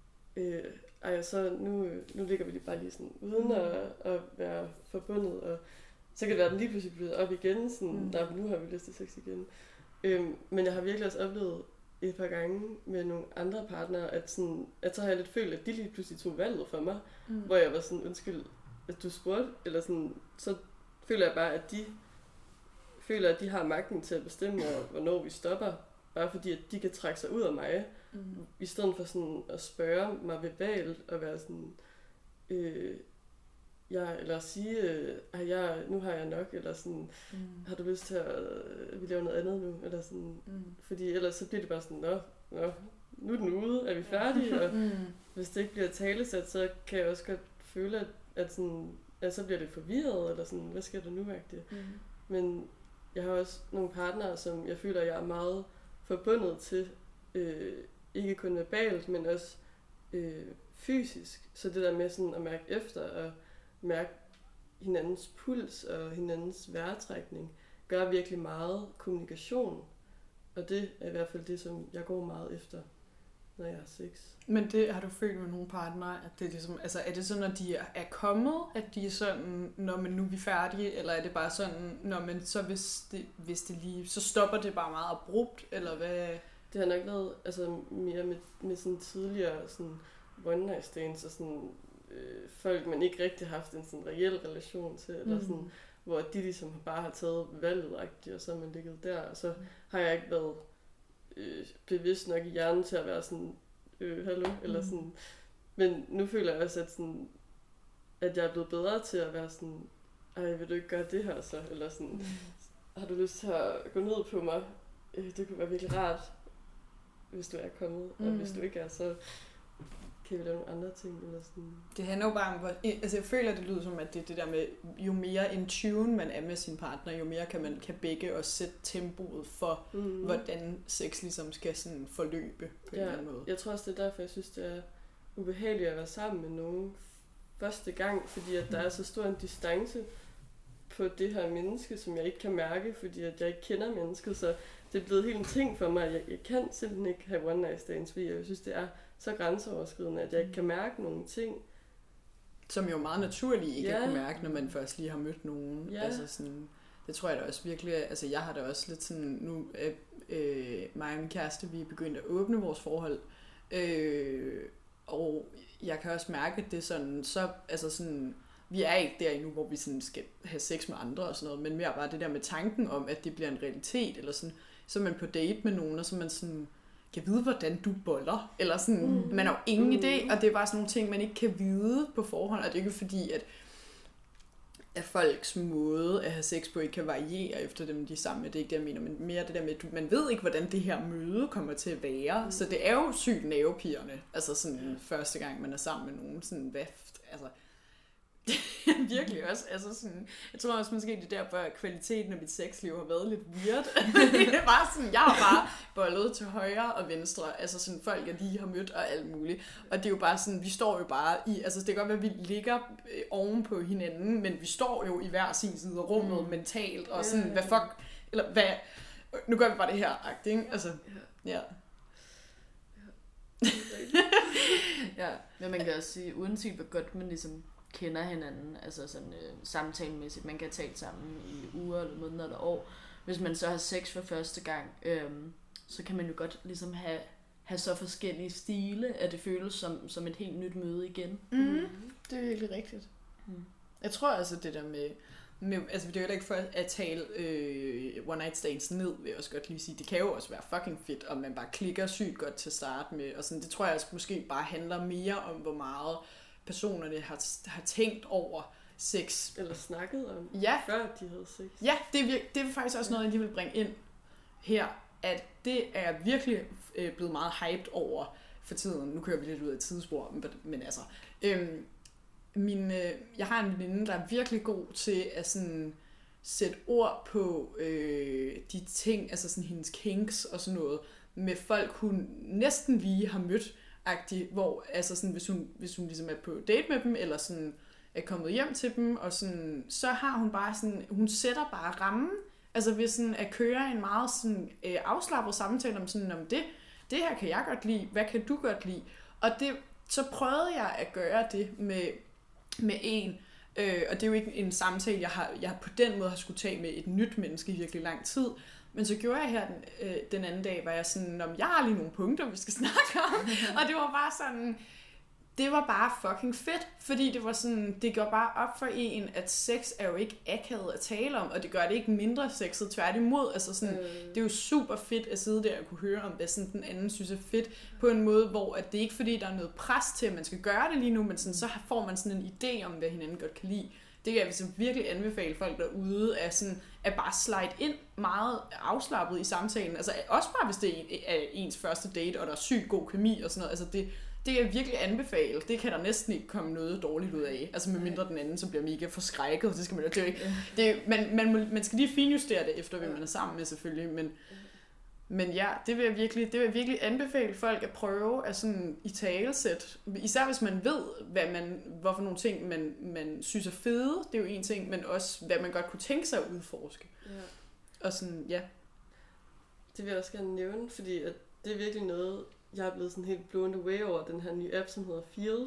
så nu ligger vi bare lige sådan uden at være forbundet, og så kan det være, at den lige pludselig bliver op igen, sådan, nu har vi lyst til sex igen. Men jeg har virkelig også oplevet et par gange med nogle andre partnere, at så har jeg lidt følt, at de lige pludselig tog valget for mig, hvor jeg var sådan, undskyld, at du spurgte, eller sådan, så føler jeg bare, at de føler, at de har magten til at bestemme, hvornår vi stopper, bare fordi, at de kan trække sig ud af mig, i stedet for sådan at spørge mig verbalt, og være sådan, eller sige, nu har jeg nok, eller sådan, har du lyst til at vi laver noget andet nu, eller sådan, fordi ellers så bliver det bare sådan, nå, nu er den ude, er vi færdige, og hvis det ikke bliver talesat, så kan jeg også godt føle, at så bliver det forvirret, eller sådan, hvad sker der nu-agtigt. Men jeg har også nogle partnere, som jeg føler, jeg er meget forbundet til, ikke kun verbalt, men også fysisk. Så det der med sådan at mærke efter, og mærke hinandens puls og hinandens vejrtrækning, gør virkelig meget kommunikation. Og det er i hvert fald det, som jeg går meget efter, når jeg har sex. Men det har du følt med nogle partnere, at det er ligesom, altså er det sådan, når de er kommet, at de er sådan, når man nu er vi færdige, eller er det bare sådan, når man så hvis det lige, så stopper det bare meget abrupt, eller hvad? Det har nok været altså mere med sådan tidligere sådan one night stands og sådan folk, man ikke rigtig har haft en sådan reel relation til, eller sådan, hvor de ligesom bare har taget valget-agtigt, og så er man ligget der, og så har jeg ikke været bevidst nok i hjernen til at være sådan, hallo, eller sådan. Men nu føler jeg også, at jeg er blevet bedre til at være sådan, vil du ikke gøre det her så? Eller sådan, har du lyst til at gå ned på mig? Det kunne være virkelig rart, hvis du er kommet, og hvis du ikke er, så kan vi lave nogle andre ting, eller sådan. Det handler jo bare om, altså jeg føler, det lyder som, at det er det der med, jo mere in tune man er med sin partner, jo mere kan begge også sætte tempoet for, hvordan sex ligesom skal sådan forløbe på en eller anden måde. Jeg tror også, det er derfor, jeg synes, det er ubehageligt at være sammen med nogen første gang, fordi at der er så stor en distance på det her menneske, som jeg ikke kan mærke, fordi at jeg ikke kender mennesket, så det er blevet helt en ting for mig, at jeg kan simpelthen ikke have one night stands, fordi jeg synes, det er så grænseoverskridende, at jeg ikke kan mærke nogle ting. Som jo meget naturligt ikke at kunne mærke, når man først lige har mødt nogen. Ja. Altså sådan, det tror jeg da også virkelig, altså jeg har da også lidt sådan, nu mig og min kæreste, vi er begyndt at åbne vores forhold, og jeg kan også mærke, at det er sådan, så, altså sådan, vi er ikke der endnu, hvor vi sådan skal have sex med andre og sådan noget, men mere bare det der med tanken om, at det bliver en realitet, eller sådan, så er man på date med nogen, og så man sådan, kan vide, hvordan du boller, eller sådan, man har jo ingen idé, og det er bare sådan nogle ting, man ikke kan vide på forhånd, og det er ikke fordi, at folks måde at have sex på ikke kan variere efter dem, de er sammen med, det er ikke det, jeg mener, men mere det der med, at man ved ikke, hvordan det her møde kommer til at være, så det er jo sygt nervepirrende, altså sådan første gang, man er sammen med nogen, sådan, hvad, altså, Virkelig også. Altså sådan, jeg tror også måske, det er derfor, at kvaliteten af mit sexliv har været lidt weird. Det er bare sådan, jeg har bare bollet til højre og venstre. Altså sådan folk, jeg lige har mødt og alt muligt. Og det er jo bare sådan, vi står jo bare i, altså det kan godt være, at vi ligger oven på hinanden, men vi står jo i hver sin side af rummet mentalt, og sådan, hvad fuck, eller hvad, nu gør vi bare det her, ikke? Altså, ja. Ja, men man kan også sige, uanset hvor godt man ligesom kender hinanden, altså sådan samtalemæssigt, man kan have talt sammen i uger eller måneder eller år. Hvis man så har sex for første gang, så kan man jo godt ligesom have så forskellige stile, at det føles som et helt nyt møde igen. Det er virkelig rigtigt. Jeg tror altså det der med altså det er jo ikke for at tale one night stands ned, vil jeg også godt lige sige. Det kan jo også være fucking fedt, om man bare klikker sygt godt til at starte med, og sådan, det tror jeg altså måske bare handler mere om, hvor meget personerne har tænkt over sex. Eller snakket om, før de havde sex. Ja, det er faktisk også noget, jeg lige vil bringe ind her, at det er virkelig blevet meget hyped over for tiden. Nu kører vi lidt ud af et tidsspor, men altså... jeg har en veninde, der er virkelig god til at sådan sætte ord på de ting, altså sådan hendes kinks og sådan noget, med folk, hun næsten lige har mødt, hvor altså sådan, hvis hun ligesom er på date med dem, eller sådan er kommet hjem til dem, og sådan, så har hun bare sådan, hun sætter bare rammen, altså ved sådan at køre en meget sådan afslappet samtale om sådan, om det her kan jeg godt lide, hvad kan du godt lide, og så prøvede jeg at gøre det med en, og det er jo ikke en samtale, jeg på den måde har skulle tage med et nyt menneske i virkelig lang tid, men så gjorde jeg her den anden dag, var jeg sådan, jeg har lige nogle punkter, vi skal snakke om, og det var bare sådan, det var bare fucking fedt, fordi det var sådan, det går bare op for en, at sex er jo ikke akavet at tale om, og det gør det ikke mindre sexet, tværtimod, altså sådan, det er jo super fedt at sidde der og kunne høre om, hvad sådan den anden synes er fedt, på en måde, hvor at det ikke fordi, der er noget pres til, at man skal gøre det lige nu, men sådan, så får man sådan en idé om, hvad hinanden godt kan lide. Det kan jeg virkelig anbefale folk derude, at bare slide ind meget afslappet i samtalen, altså også bare hvis det er ens første date, og der er sygt god kemi og sådan noget, altså det kan jeg virkelig anbefale. Det kan der næsten ikke komme noget dårligt ud af. Altså medmindre den anden, så bliver mega forskrækket. Det skal man jo ikke. Man skal lige finjustere det efter, hvem man er sammen med selvfølgelig. Men ja, det vil jeg virkelig anbefale folk at prøve at sådan i talesæt. Især hvis man ved, hvorfor nogle ting man synes er fede. Det er jo en ting, men også hvad man godt kunne tænke sig at udforske. Ja. Og sådan, ja. Det vil jeg også gerne nævne, fordi at det er virkelig noget, jeg er blevet sådan helt blown away over den her nye app, som hedder Field,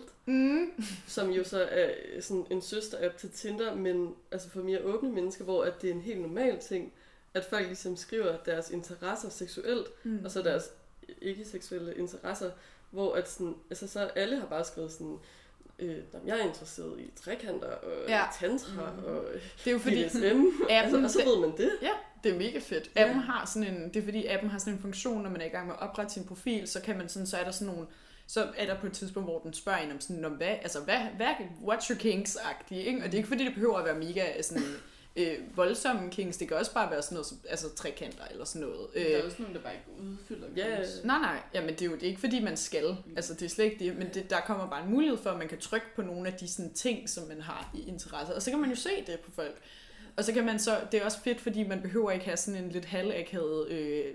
som jo så er sådan en søster-app til Tinder, men altså for mere åbne mennesker, hvor at det er en helt normal ting, at folk ligesom skriver deres interesser seksuelt, og så deres ikke-seksuelle interesser, hvor at sådan, altså så alle har bare skrevet sådan, jeg er interesseret i trekanter og tantra og det er jo fordi BDSM, altså, og så ved man det. Ja, det er mega fedt. Appen har sådan en, det er fordi appen har sådan en funktion, når man er i gang med at oprette sin profil, så kan man sådan, så er der sådan nogle, så er der på et tidspunkt, hvor den spørger en om sådan, om what's your kinks-agtige, ikke? Og det er ikke fordi, det behøver at være mega sådan voldsomme kinks, det kan også bare være sådan noget, altså trekanter eller sådan noget. Der er også nogen, der bare ikke udfylder kinks. Nej, jamen det er ikke fordi, man skal, altså det er slet ikke det, men der kommer bare en mulighed for, at man kan trykke på nogle af de sådan, ting, som man har i interesse, og så kan man jo se det på folk. Og så kan man så, det er også fedt, fordi man behøver ikke have sådan en lidt halvakavet,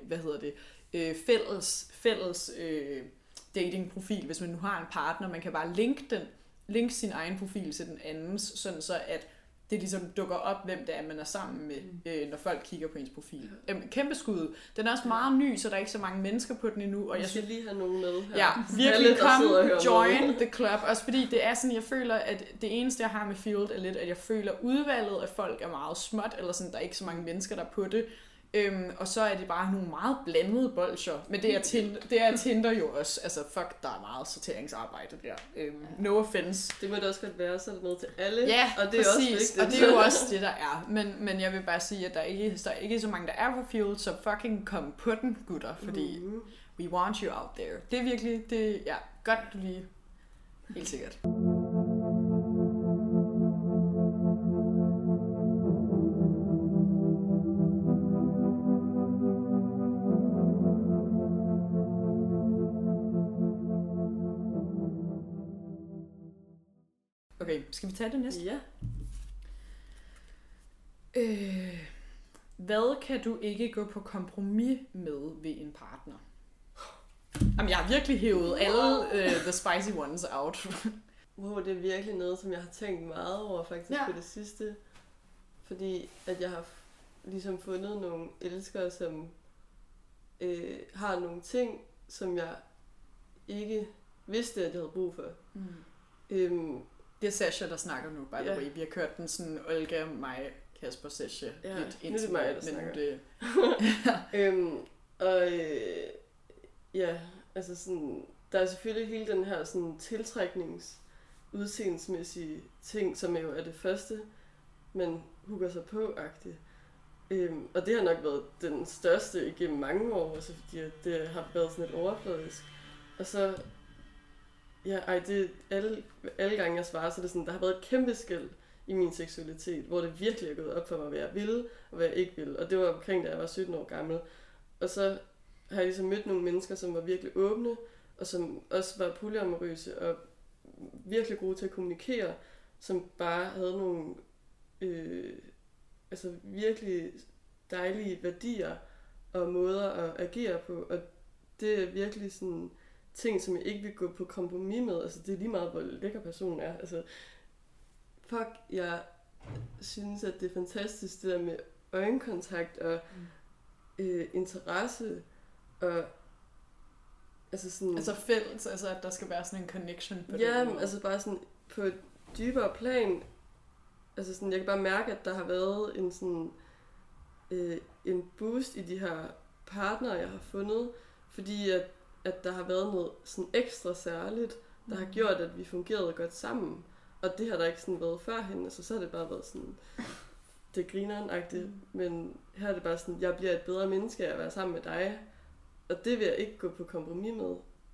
fælles datingprofil, hvis man nu har en partner, man kan bare linke sin egen profil til den andens, sådan så at det ligesom dukker op, hvem det er, man er sammen med, når folk kigger på ens profil. Kæmpe skud. Den er også meget ny, så der er ikke så mange mennesker på den endnu. Og jeg skal lige have nogen med her. Ja, virkelig come, join the club. Også fordi det er sådan, jeg føler, at det eneste, jeg har med Field, er lidt, at jeg føler udvalget af folk er meget småt, eller sådan, der er ikke så mange mennesker, der er på det. Og så er det bare nogle meget blandede bolcher. Men det er Tinder jo også. Altså fuck, der er meget sorteringsarbejde der. No offense. Det må det også godt være, så er det noget til alle. Ja, og det er præcis. også vigtigt. Og det er jo også det, der er. Men jeg vil bare sige, at der er ikke så mange, der er på Field, så fucking kom på den, gutter. Fordi we want you out there. Det er virkelig, godt du lige. Helt sikkert. Okay, skal vi tage det næste? Ja. Hvad kan du ikke gå på kompromis med ved en partner? Jamen, jeg har virkelig hævet alle the spicy ones out. Wow, det er virkelig noget, som jeg har tænkt meget over faktisk på det sidste. Fordi at jeg har ligesom fundet nogle elskere, som har nogle ting, som jeg ikke vidste, at jeg havde brug for. Det er Sasha, der snakker nu, by the way. Vi har kørt den sådan Olga, mig, Kasper, Sasha. Lidt nu er det mig, der snakker. Altså sådan, der er selvfølgelig hele den her sådan udseendelsmæssige ting, som jo er det første, man hugger sig på-agtigt. Og det har nok været den største igennem mange år, altså fordi det har været sådan lidt overfladisk. Og så, det alle gange jeg svarer, så er det sådan, der har været et kæmpe skel i min seksualitet, hvor det virkelig er gået op for mig, hvad jeg ville, og hvad jeg ikke ville. Og det var omkring, da jeg var 17 år gammel. Og så har jeg ligesom mødt nogle mennesker, som var virkelig åbne, og som også var polyamorøse, og virkelig gode til at kommunikere, som bare havde nogle virkelig dejlige værdier og måder at agere på. Og det er virkelig sådan ting, som jeg ikke vil gå på kompromis med. Altså det er lige meget, hvor lækker personen er. Altså, jeg synes, at det er fantastisk, det der med øjenkontakt og interesse og altså fælles, altså at der skal være sådan en connection på det. Ja, altså bare sådan på et dybere plan. Altså sådan, jeg kan bare mærke, at der har været en sådan en boost i de her partnere, jeg har fundet, fordi at der har været noget sådan ekstra særligt, der har gjort, at vi fungerede godt sammen. Og det har der ikke sådan været førhen, altså så har det bare været sådan, det er grineren-agtigt, men her er det bare sådan, jeg bliver et bedre menneske af at være sammen med dig, og det vil jeg ikke gå på kompromis med.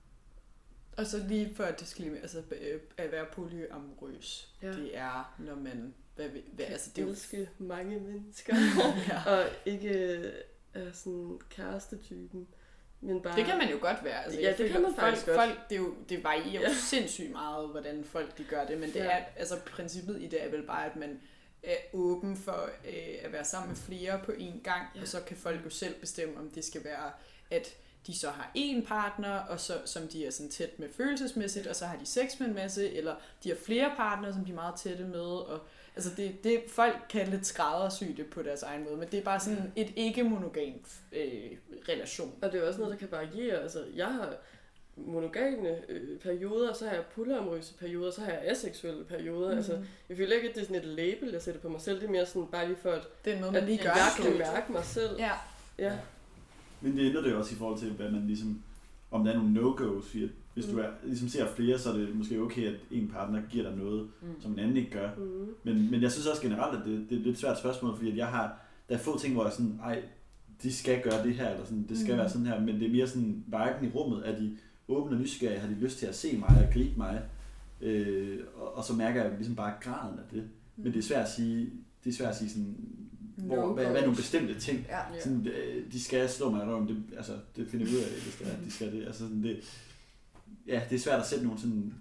Og så lige før disclaimer, altså at være polyamorøs, det er, når man altså det elske mange mennesker, og ikke er sådan kærestetypen. Men bare... Det kan man jo godt være. Altså, det kan man faktisk godt. Folk, det varierer jo sindssygt meget, hvordan folk de gør det, men det er, altså princippet i det er vel bare, at man er åben for at være sammen med flere på én gang, og så kan folk jo selv bestemme, om det skal være, at de så har én partner, og så, som de er sådan tæt med følelsesmæssigt, og så har de sex med en masse, eller de har flere partnere, som de er meget tætte med, og altså det folk kan lidt skræddersy det på deres egen måde, men det er bare sådan et ikke-monogam relation. Og det er også noget, der kan variere. Altså, jeg har monogame perioder, så har jeg polyamorøse perioder, så har jeg aseksuelle perioder. Altså, jeg føler ikke, at det er sådan et label, jeg sætter på mig selv. Det er mere sådan bare lige for, at, det er noget, man lige gør, jeg kan mærke mig selv. Ja. Men det ændrer det jo også i forhold til, hvad man ligesom, om der er nogle no-go's. Hvis du ligesom ser flere, så er det måske okay, at en partner giver dig noget, som en anden ikke gør. Men jeg synes også generelt, at det er et lidt svært spørgsmål, fordi at der er få ting, hvor jeg sådan, de skal gøre det her, eller sådan, det skal være sådan her, men det er mere sådan, viben i rummet, er de åbne og nysgerrige, har de lyst til at se mig og gribe mig, og så mærker jeg ligesom bare graden af det. Men det er svært at sige sådan, hvad er nogle bestemte ting, sådan, de skal slå mig i røven, det finder vi ud af, hvis det er, de skal det. Altså sådan, det er svært at sætte nogle sådan,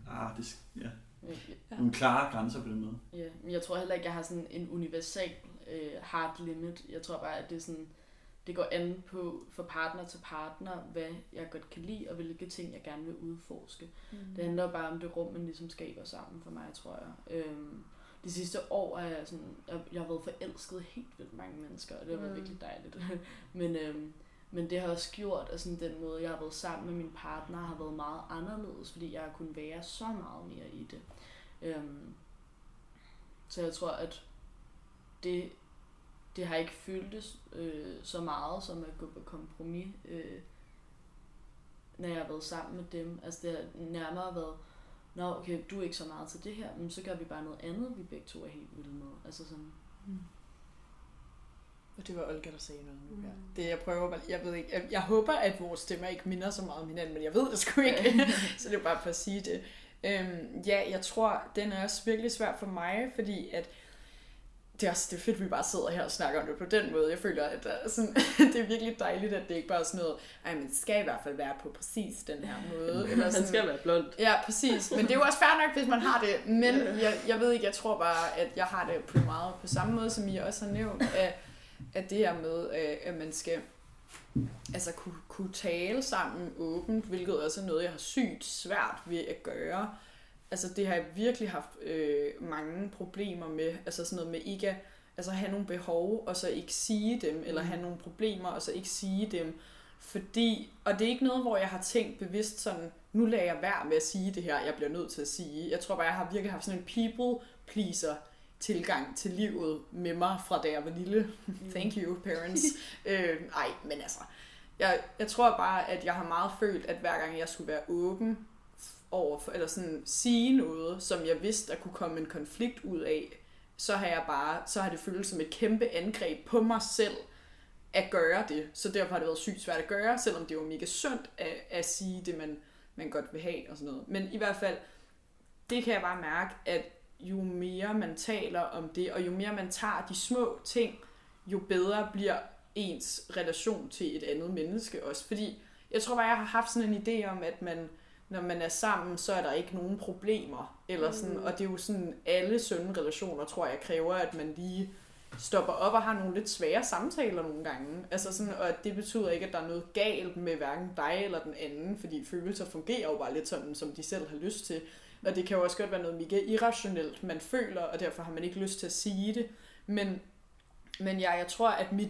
nogle klare grænser på den måde. Ja, men jeg tror heller ikke, jeg har sådan en universal hard limit. Jeg tror bare, at det er sådan, det går an på fra partner til partner, hvad jeg godt kan lide, og hvilke ting, jeg gerne vil udforske. Det handler bare om det rum, man ligesom skaber sammen for mig, tror jeg. De sidste år er jeg sådan, jeg har været forelsket helt vildt mange mennesker, og det har været virkelig dejligt. Men det har også gjort, at sådan den måde, jeg har været sammen med min partner, har været meget anderledes, fordi jeg har kunnet være så meget mere i det. Så jeg tror, at det har ikke føltes så meget som at gå på kompromis, når jeg har været sammen med dem. Altså det har nærmere været, okay, du er ikke så meget til det her, men så gør vi bare noget andet, vi begge to er helt vilde med. Altså sådan. Og det var Olga, der sagde noget nu her. Det jeg prøver, jeg ved ikke, jeg håber, at vores stemmer ikke minder så meget om hinanden, men jeg ved det sgu ikke, så det er bare for at sige det. Jeg tror, den er også virkelig svær for mig, fordi at det er fedt, at vi bare sidder her og snakker om det på den måde. Jeg føler, at sådan, det er virkelig dejligt, at det ikke bare er sådan noget, men det skal i hvert fald være på præcis den her måde. Eller sådan, han skal være blond. Ja, præcis. Men det er jo også fair nok, hvis man har det. Men jeg ved ikke, jeg tror bare, at jeg har det på meget på samme måde, som I også har nævnt, at det her med, at man skal altså kunne tale sammen åbent, hvilket også er noget, jeg har sygt svært ved at gøre. Altså det har jeg virkelig haft mange problemer med, altså sådan noget med ikke at have nogle behov, og så ikke sige dem, eller have nogle problemer, og så ikke sige dem, fordi, og det er ikke noget, hvor jeg har tænkt bevidst sådan, nu lader jeg være med at sige det her, jeg bliver nødt til at sige. Jeg tror bare, jeg har virkelig haft sådan en people pleaser tilgang til livet med mig, fra da jeg var lille. Thank you, parents. Men altså, jeg tror bare, at jeg har meget følt, at hver gang jeg skulle være åben over for, eller sådan sige noget, som jeg vidste, der kunne komme en konflikt ud af, så har det føltes som et kæmpe angreb på mig selv at gøre det. Så derfor har det været sygt svært at gøre, selvom det var mega sundt at sige det, man godt vil have og sådan noget. Men i hvert fald, det kan jeg bare mærke, at jo mere man taler om det, og jo mere man tager de små ting, jo bedre bliver ens relation til et andet menneske også. Fordi jeg tror bare, jeg har haft sådan en idé om, at når man er sammen, så er der ikke nogen problemer. Eller sådan, og det er jo sådan, alle sunde relationer, tror jeg, kræver, at man lige stopper op og har nogle lidt svære samtaler nogle gange. Altså sådan, og det betyder ikke, at der er noget galt med hverken dig eller den anden, fordi følelser fungerer jo bare lidt sådan, som de selv har lyst til. Og det kan jo også godt være noget mega irrationelt, man føler, og derfor har man ikke lyst til at sige det. Men jeg tror, at mit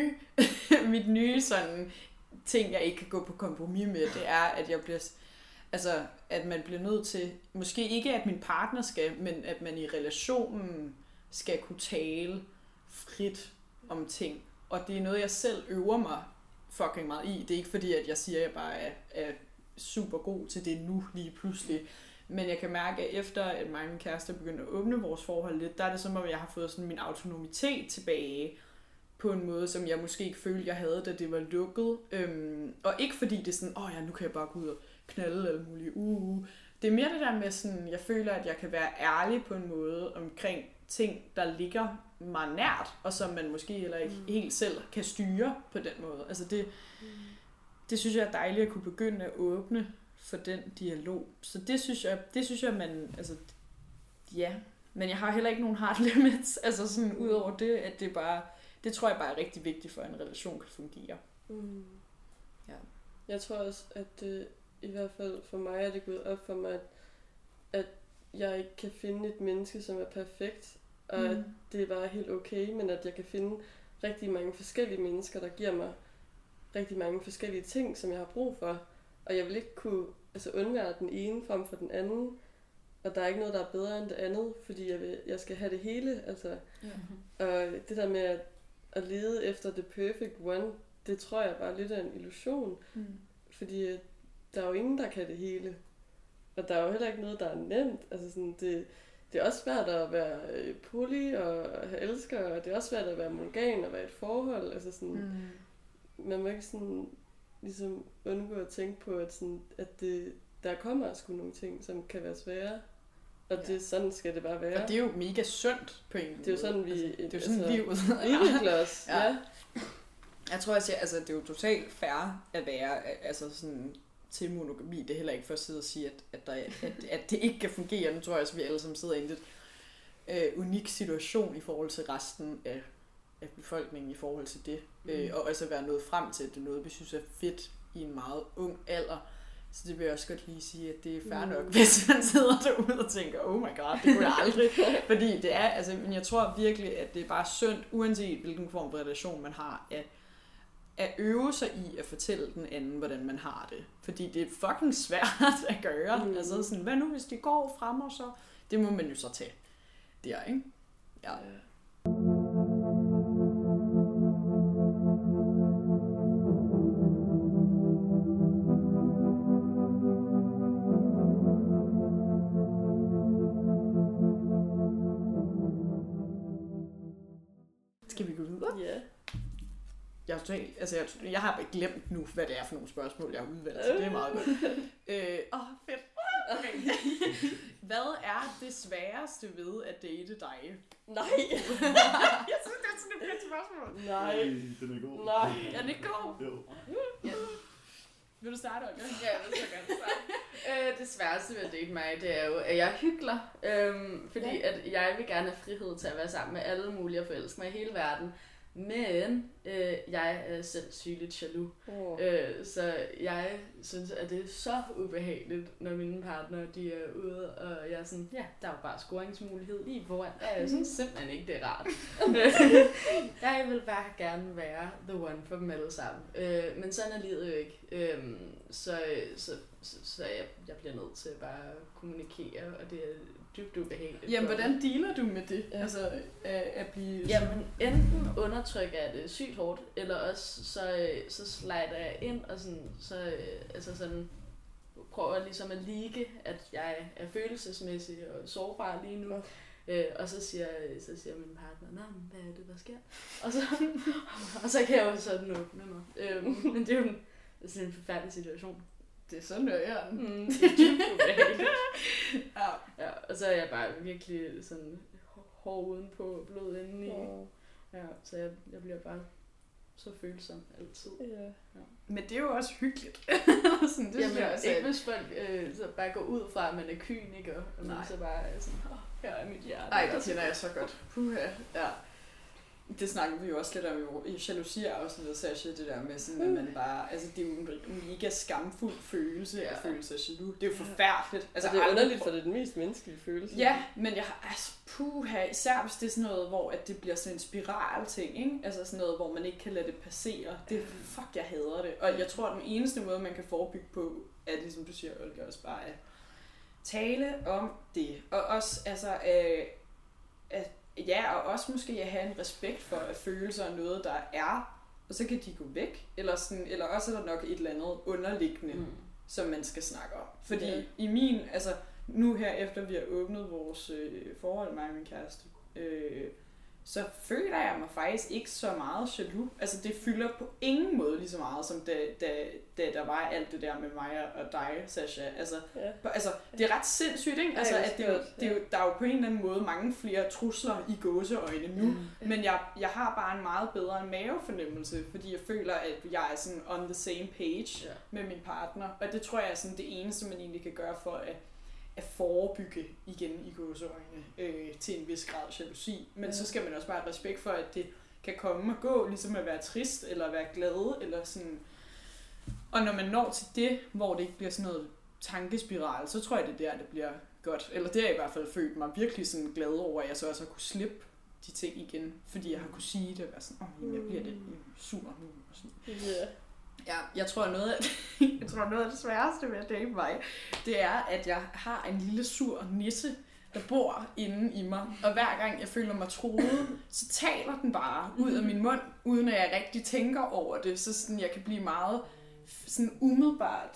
nye sådan ting, jeg ikke kan gå på kompromis med, det er, at jeg bliver, altså, at man bliver nødt til, måske ikke at min partner skal, men at man i relationen skal kunne tale frit om ting. Og det er noget, jeg selv øver mig fucking meget i. Det er ikke fordi, at jeg siger, at jeg bare er super god til det nu lige pludselig. Men jeg kan mærke, at efter at mig og min kæreste begyndte at åbne vores forhold lidt, der er det som om, jeg har fået sådan min autonomitet tilbage på en måde, som jeg måske ikke følte, jeg havde, da det var lukket. Og ikke fordi det er sådan, nu kan jeg bare gå ud og knalde alle mulige Det er mere det der med sådan, jeg føler, at jeg kan være ærlig på en måde omkring ting, der ligger mig nært, og som man måske heller ikke helt selv kan styre på den måde. Altså det synes jeg er dejligt at kunne begynde at åbne for den dialog. Så det synes jeg, man, altså, ja. Men jeg har heller ikke nogen hard limits, altså sådan ud over det, at det tror jeg bare er rigtig vigtigt for, at en relation kan fungere. Ja. Jeg tror også, at i hvert fald for mig er det gået op for mig, at jeg ikke kan finde et menneske, som er perfekt, og at det er bare helt okay, men at jeg kan finde rigtig mange forskellige mennesker, der giver mig rigtig mange forskellige ting, som jeg har brug for. Og jeg vil ikke kunne undvære den ene frem for den anden, og der er ikke noget, der er bedre end det andet, fordi jeg skal have det hele. Altså. Og det der med at lede efter the perfect one, det tror jeg bare lidt er en illusion, fordi der er jo ingen, der kan det hele. Og der er jo heller ikke noget, der er nemt. Altså sådan, det er også svært at være poly og have elsker, og det er også svært at være monogam og være i et forhold. Altså sådan, man må ikke sådan ligesom undgå at tænke på, at der kommer sgu nogle ting, som kan være svære. Og det, sådan skal det bare være. Og det er jo mega sundt på en måde. Det er jo sådan, det er jo sådan livet udvikler os. Ja. Jeg tror også, at det er jo totalt fair at være sådan til monogami. Det er heller ikke for at sidde og sige, at det ikke kan fungere. Nu tror jeg også, at vi alle sammen sidder i en lidt unik situation i forhold til resten af befolkningen i forhold til det. Og også at være nået frem til, at det er noget, vi synes er fedt i en meget ung alder. Så det vil jeg også godt lige sige, at det er fair nok, hvis man sidder derude og tænker, oh my god, det kunne jeg aldrig. Fordi det er, men jeg tror virkelig, at det er bare sundt, uanset hvilken form for relation man har, at øve sig i at fortælle den anden, hvordan man har det. Fordi det er fucking svært at gøre. Altså sådan, hvad nu hvis de går frem og så? Det må man jo så tage der, ikke? Ja. Skal vi gå videre? Ja. Jeg har glemt nu, hvad det er for nogle spørgsmål, jeg har udvalgt, så det er meget godt. Fedt. Okay. Hvad er det sværeste ved at date dig? Nej. Jeg synes, det er sådan et fedt spørgsmål. Nej. Den er god. Nej. Er det ikke god? Jo. Ja. Vil du starte, Olga? Ja, det vil jeg gerne starte. Det sværeste ved at date mig, det er jo, at jeg hykler. Fordi at jeg vil gerne have frihed til at være sammen med alle mulige og forelske mig i hele verden. Men jeg er selv sygeligt jaloux. Så jeg synes, at det er så ubehageligt, når mine partnere de er ude, og jeg er sådan, ja, der er jo bare scoringsmulighed lige foran. Jeg synes simpelthen ikke, det er rart. Jeg vil bare gerne være the one for dem alle sammen. Men sådan er livet jo ikke. Så jeg bliver nødt til bare at kommunikere, og det er dybt ubehageligt. Jamen, hvordan dealer du med det? Altså, at blive... Jamen, enten undertrykker jeg det sygt hårdt, eller også så slider jeg ind, og sådan prøver ligesom at ligge, at jeg er følelsesmæssig og sårbar lige nu. Og så siger min partner, nå, hvad er det, der sker? Og så kan jeg jo sådan åbne mig. Men det er jo sådan en forfærdelig situation. Det er sådan, jeg er. Det er dybt ubehageligt. Ja, og så er jeg bare virkelig sådan hård udenpå, blod indeni. Ja, så jeg bliver bare så følsom altid. Ja. Men det er jo også hyggeligt. Sådan, det Jamen, jeg også, ikke hvis folk så bare går ud fra, at man er kyniker, og man så bare er sådan, her er mit hjerte. Ej, det kender jeg så godt. Puha. Ja. Det snakkede vi jo også lidt om jo. I jalousi-afsnittet, Sasha, det der med sådan, at man bare... Altså, det er jo en mega skamfuld følelse at føle sig jaloux. Det er jo forfærdeligt. Altså, og det er underligt, for det er den mest menneskelige følelse. Ja, men jeg har... Altså, puha. Især hvis det er sådan noget, hvor at det bliver sådan en spiral-ting, ikke? Altså sådan noget, hvor man ikke kan lade det passere. Det fuck, jeg hader det. Og jeg tror, at den eneste måde, man kan forebygge på, er ligesom du siger, Olga, også bare at tale om det. Og også, altså... Ja, og også måske at have en respekt for, at følelser er noget, der er, og så kan de gå væk, eller også er der nok et eller andet underliggende, som man skal snakke om. Fordi i min, altså nu her efter vi har åbnet vores forhold, mig og min kæreste, så føler jeg mig faktisk ikke så meget jaloux. Altså det fylder på ingen måde lige så meget, som da der var alt det der med mig og dig, Sasha. Altså det er ret sindssygt, ikke? Altså, at der er jo på en eller anden måde mange flere trusler i gåseøjne nu, men jeg har bare en meget bedre mavefornemmelse, fordi jeg føler, at jeg er sådan on the same page med min partner, og det tror jeg er sådan det eneste, man egentlig kan gøre for at forebygge igen i gåseøjne til en vis grad jalousi. Men så skal man også bare have respekt for, at det kan komme og gå, ligesom at være trist, eller at være glad, eller sådan. Og når man når til det, hvor det ikke bliver sådan noget tankespiral, så tror jeg, det er der, det bliver godt. Eller det har jeg i hvert fald følt mig virkelig sådan glad over, at jeg så også har kunne slippe de ting igen, fordi jeg har kunne sige det, og være sådan, jeg bliver lidt sur nu, og sådan. Ja, jeg tror noget af det sværeste ved at date mig, det er, at jeg har en lille sur nisse, der bor inde i mig. Og hver gang jeg føler mig truet, så taler den bare ud af min mund, uden at jeg rigtig tænker over det. Så sådan, jeg kan blive meget sådan umiddelbart,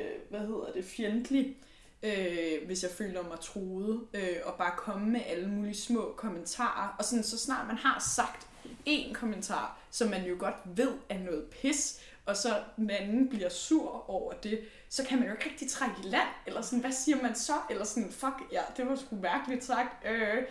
fjendtlig, hvis jeg føler mig truet. Og bare komme med alle mulige små kommentarer. Og sådan, så snart man har sagt én kommentar, som man jo godt ved er noget pis, og så den anden bliver sur over det, så kan man jo ikke rigtig trække i land, eller sådan, hvad siger man så? Eller sådan, fuck, ja, det var sgu mærkeligt sagt,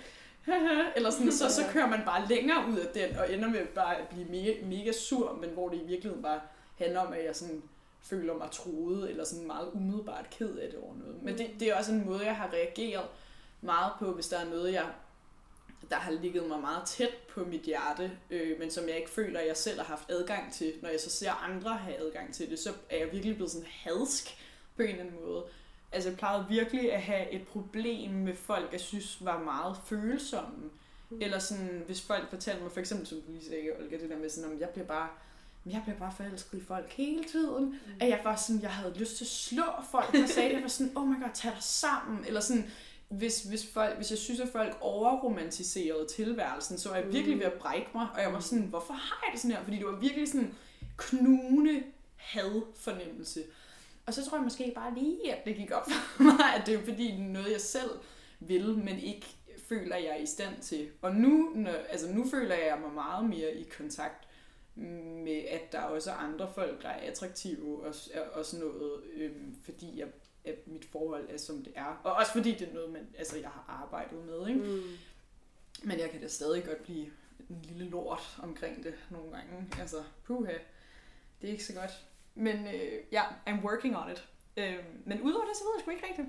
eller sådan, så kører man bare længere ud af den, og ender med bare at blive mega sur, men hvor det i virkeligheden bare handler om, at jeg sådan føler mig truet, eller sådan meget umiddelbart ked af det over noget. Men det er også en måde, jeg har reageret meget på, hvis der er noget, der har ligget mig meget tæt på mit hjerte, men som jeg ikke føler, at jeg selv har haft adgang til. Når jeg så ser andre have adgang til det, så er jeg virkelig blevet sådan hadsk på en eller anden måde. Altså jeg plejede virkelig at have et problem med folk, jeg synes var meget følsomme. Eller sådan, hvis folk fortalte mig, for eksempel som du lige sagde, Olga, det der med sådan, jeg bliver bare forelsket i folk hele tiden. At jeg var sådan, jeg havde lyst til at slå folk, og sagde, jeg var sådan, oh my god, tag dig sammen. Eller sådan, hvis jeg synes, at folk overromantiserede tilværelsen, så var jeg virkelig ved at brække mig, og jeg var sådan, hvorfor har jeg det sådan her? Fordi det var virkelig sådan knugende hadfornemmelse. Og så tror jeg måske bare lige, at det gik op for mig, at det er fordi, det er noget, jeg selv vil, men ikke føler, jeg er i stand til. Og nu føler jeg mig meget mere i kontakt med, at der også er andre folk, der er attraktive og sådan noget, fordi at mit forhold er, som det er. Og også fordi det er noget, jeg har arbejdet med, ikke? Men jeg kan da stadig godt blive en lille lort omkring det nogle gange. Altså, puha, det er ikke så godt. Men I'm working on it. Men udover det, så ved jeg sgu ikke rigtigt.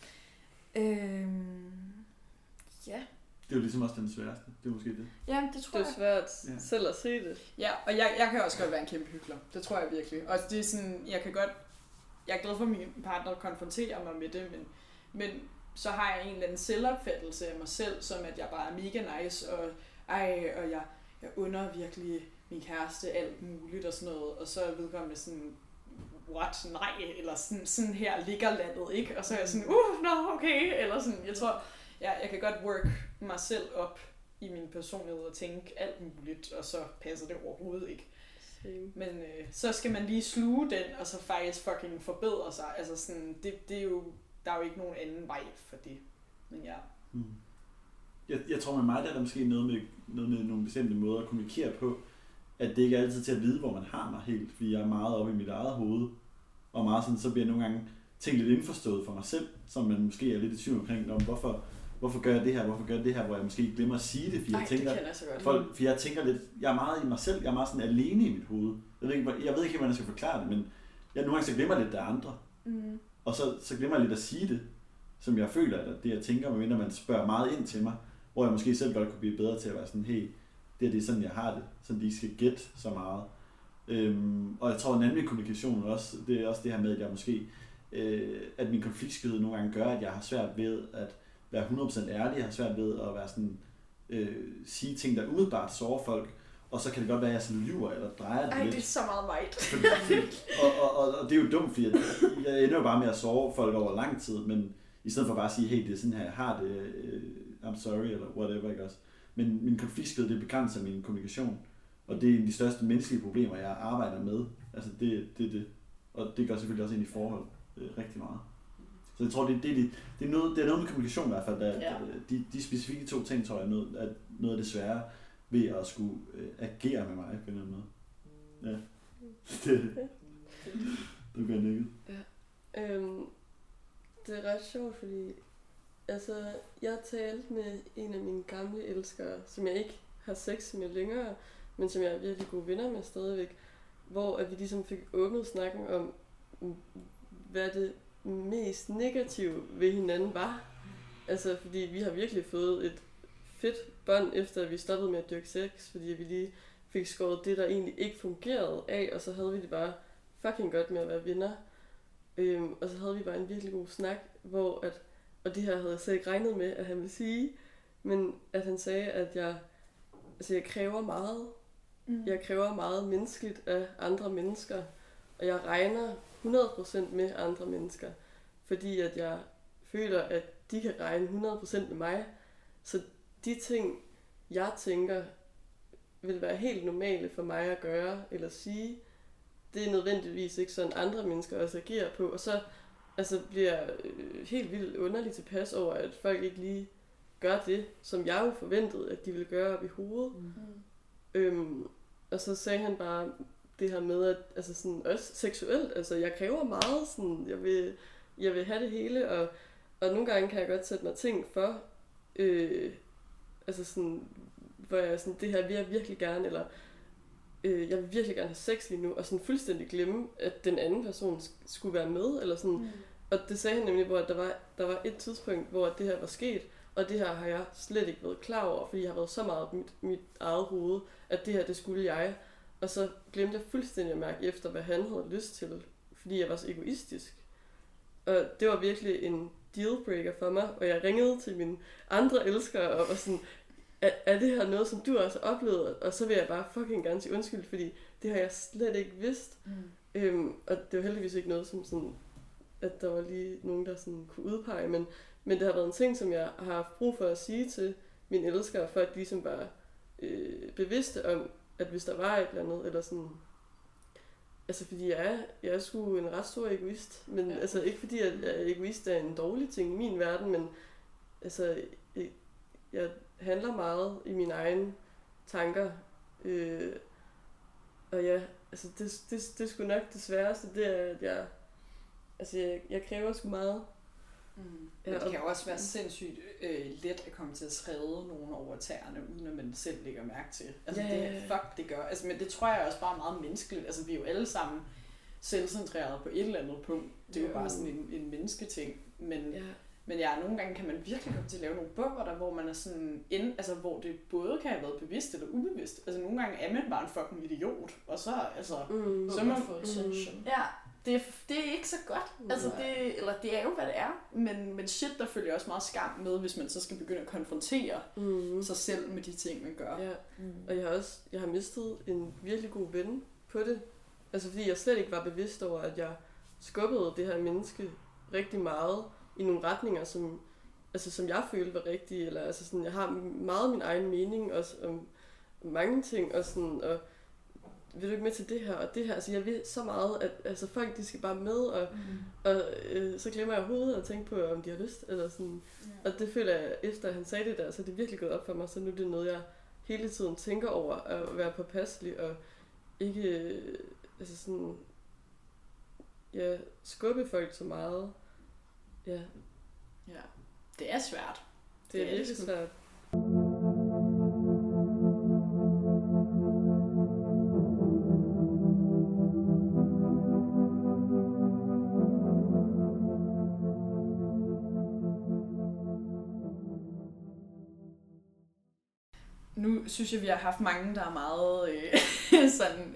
Ja. Det er jo ligesom også den sværeste. Det er måske det. Ja, det tror jeg. Det er svært selv at se det. Ja, og jeg kan også godt være en kæmpe hyggelig. Det tror jeg virkelig. Og det er sådan, jeg er glad for, at min partner konfronterer mig med det, men så har jeg en eller anden selvopfattelse af mig selv, som at jeg bare er mega nice, og jeg under virkelig min kæreste alt muligt og sådan noget, og så er vedkommende sådan, what, nej, eller sådan her ligger landet, ikke? Og så er jeg sådan, okay, eller sådan, jeg tror, jeg kan godt work mig selv op i min personlighed og tænke alt muligt, og så passer det overhovedet ikke. Men så skal man lige sluge den, og så faktisk fucking forbedre sig. Altså sådan, det er jo, der er jo ikke nogen anden vej for det. Men ja. Jeg tror med mig, der er der måske noget med nogle bestemte måder at kommunikere på, at det ikke er altid til at vide, hvor man har mig helt, fordi jeg er meget oppe i mit eget hoved, og meget sådan, så bliver jeg nogle gange tænkt lidt indforstået for mig selv, som man måske er lidt i tvivl omkring, om hvorfor gør jeg det her, hvor jeg måske glemmer at sige det, fordi jeg tænker lidt, jeg er meget i mig selv, jeg er meget sådan alene i mit hoved. Jeg ved ikke, hvordan jeg skal forklare det, men nogle gange så glemmer lidt det andre. Og så glemmer jeg lidt at sige det, som jeg føler, at det jeg tænker, medmindre man spørger meget ind til mig, hvor jeg måske selv godt kunne blive bedre til at være sådan, hey, det er sådan, jeg har det, så de ikke skal gætte så meget. Og jeg tror, en anden kommunikation også, det er også det her med, at jeg måske, at min konfliktskyhed nogle gange gør, at jeg har svært ved at være 100% ærlig, jeg har svært ved at være sådan, sige ting, der umiddelbart sårer folk, og så kan det godt være, at jeg sådan lyver eller drejer det lidt. Det er så meget mig. og det er jo dumt, fordi jeg ender jo bare med at såre folk over lang tid, men i stedet for bare at sige, hey, det er sådan her, jeg har det, I'm sorry, eller whatever, ikke også. Men min konfliktskyhed, det begrænser min kommunikation, og det er en af de største menneskelige problemer, jeg arbejder med. Altså det. Og det gør selvfølgelig også ind i forhold rigtig meget. Så jeg tror, det er noget med kommunikation i hvert fald. De specifikke 2 ting, tror jeg, er noget af det svære ved at skulle agere med mig på en eller anden måde. Ja. Det bliver nikket. Ja. Det er ret sjovt, fordi altså, jeg talte med en af mine gamle elskere, som jeg ikke har sex med længere, men som jeg er virkelig gode venner med stadigvæk, hvor at vi ligesom fik åbnet snakken om, hvad det mest negative ved hinanden var. Altså, fordi vi har virkelig fået et fedt bånd, efter at vi stoppede med at dyrke sex, fordi vi lige fik skåret det, der egentlig ikke fungerede af, og så havde vi det bare fucking godt med at være venner. Og så havde vi bare en virkelig god snak, hvor at, og det her havde jeg slet ikke regnet med, at han ville sige, men at han sagde, at jeg kræver meget. Jeg kræver meget menneskeligt af andre mennesker, og jeg regner 100% med andre mennesker, fordi at jeg føler, at de kan regne 100% med mig. Så de ting, jeg tænker, vil være helt normale for mig at gøre eller sige, det er nødvendigvis ikke sådan, andre mennesker også agerer på. Og så bliver jeg helt vildt underligt tilpas over, at folk ikke lige gør det, som jeg jo forventede, at de ville gøre op i hovedet. Og så sagde han bare det her med, at altså sådan, også seksuelt, altså jeg kræver meget, sådan, jeg vil have det hele, og nogle gange kan jeg godt sætte mig ting for, altså sådan, hvor jeg sådan, det her vil jeg virkelig gerne, eller jeg vil virkelig gerne have sex lige nu, og sådan fuldstændig glemme, at den anden person skulle være med, eller sådan. Og det sagde han nemlig, hvor der var et tidspunkt, hvor det her var sket, og det her har jeg slet ikke været klar over, fordi jeg har været så meget på mit eget hoved, at det her, det skulle jeg. Og så glemte jeg fuldstændig at mærke efter, hvad han havde lyst til, fordi jeg var så egoistisk. Og det var virkelig en dealbreaker for mig, og jeg ringede til mine andre elskere og var sådan, er det her noget, som du også har oplevet? Og så vil jeg bare fucking gerne sige undskyld, fordi det har jeg slet ikke vidst. Og det var heldigvis ikke noget, som sådan, at der var lige nogen, der sådan kunne udpege, men det har været en ting, som jeg har haft brug for at sige til mine elskere, for at de ligesom bare bevidste om, at hvis der var et eller andet, eller sådan, altså fordi jeg er sgu en ret stor egoist, men altså ikke fordi, at egoist er en dårlig ting i min verden, men altså, jeg handler meget i mine egne tanker, og ja, altså det er sgu nok det sværeste, det er, at Altså, jeg kræver sgu meget. Men det kan jo også være sindssygt let at komme til at træde nogen over tæerne, uden at man selv lægger mærke til. Altså det gør. Altså, men det tror jeg også bare er meget menneskeligt. Altså vi er jo alle sammen selvcentrerede på et eller andet punkt. Det er jo bare sådan en mennesketing. Men nogle gange kan man virkelig komme til at lave nogle bumper der, hvor man er sådan altså hvor det både kan have været bevidst eller ubevidst. Altså nogle gange er man bare en fucking idiot, og så så man får attention. Ja. Det er ikke så godt. Altså det er jo, hvad det er. Men shit, der følger også meget skam med, hvis man så skal begynde at konfrontere sig selv med de ting, man gør. Ja. Og jeg har mistet en virkelig god ven på det. Altså fordi jeg slet ikke var bevidst over, at jeg skubbede det her menneske rigtig meget i nogle retninger, som jeg følte var rigtige. Eller, altså sådan, jeg har meget min egen mening også om mange ting. Og sådan, og vil du ikke med til det her og det her? Altså jeg ved så meget, at altså, folk de skal bare med, og så glemmer jeg overhovedet at tænke på, om de har lyst. Eller sådan. Ja. Og det føler jeg, efter han sagde det der, så er det virkelig gået op for mig. Så nu er det noget, jeg hele tiden tænker over, at være påpasselig, og ikke altså sådan, skubbe folk så meget. Ja. Det er svært. Det er virkelig svært. Nu synes jeg, vi har haft mange, der er meget sådan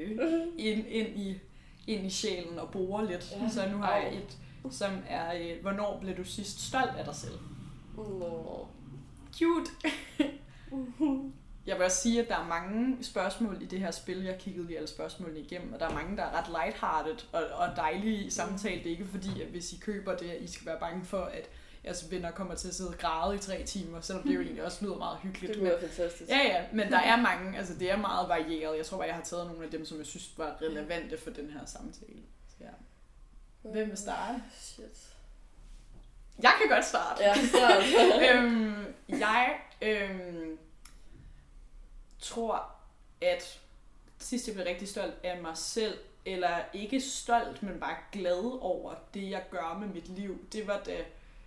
ind i sjælen og borer lidt. Ja. Så nu har jeg et, som er, hvornår blev du sidst stolt af dig selv? Cute! Jeg vil også sige, at der er mange spørgsmål i det her spil. Jeg kiggede lige alle spørgsmålene igennem, og der er mange, der er ret lighthearted og dejlige samtale. Det er ikke fordi, at hvis I køber det, I skal være bange for, at jeres venner kommer til at sidde og græde i 3 timer, selvom det jo egentlig også lyder meget hyggeligt. Det lyder fantastisk. Ja, men der er mange, altså det er meget varieret. Jeg tror bare, jeg har taget nogle af dem, som jeg synes var relevante for den her samtale. Så ja. Hvem vil starte? Shit. Jeg kan godt starte. Ja, start. Jeg tror, at sidst jeg blev rigtig stolt af mig selv, eller ikke stolt, men bare glad over det, jeg gør med mit liv, det var da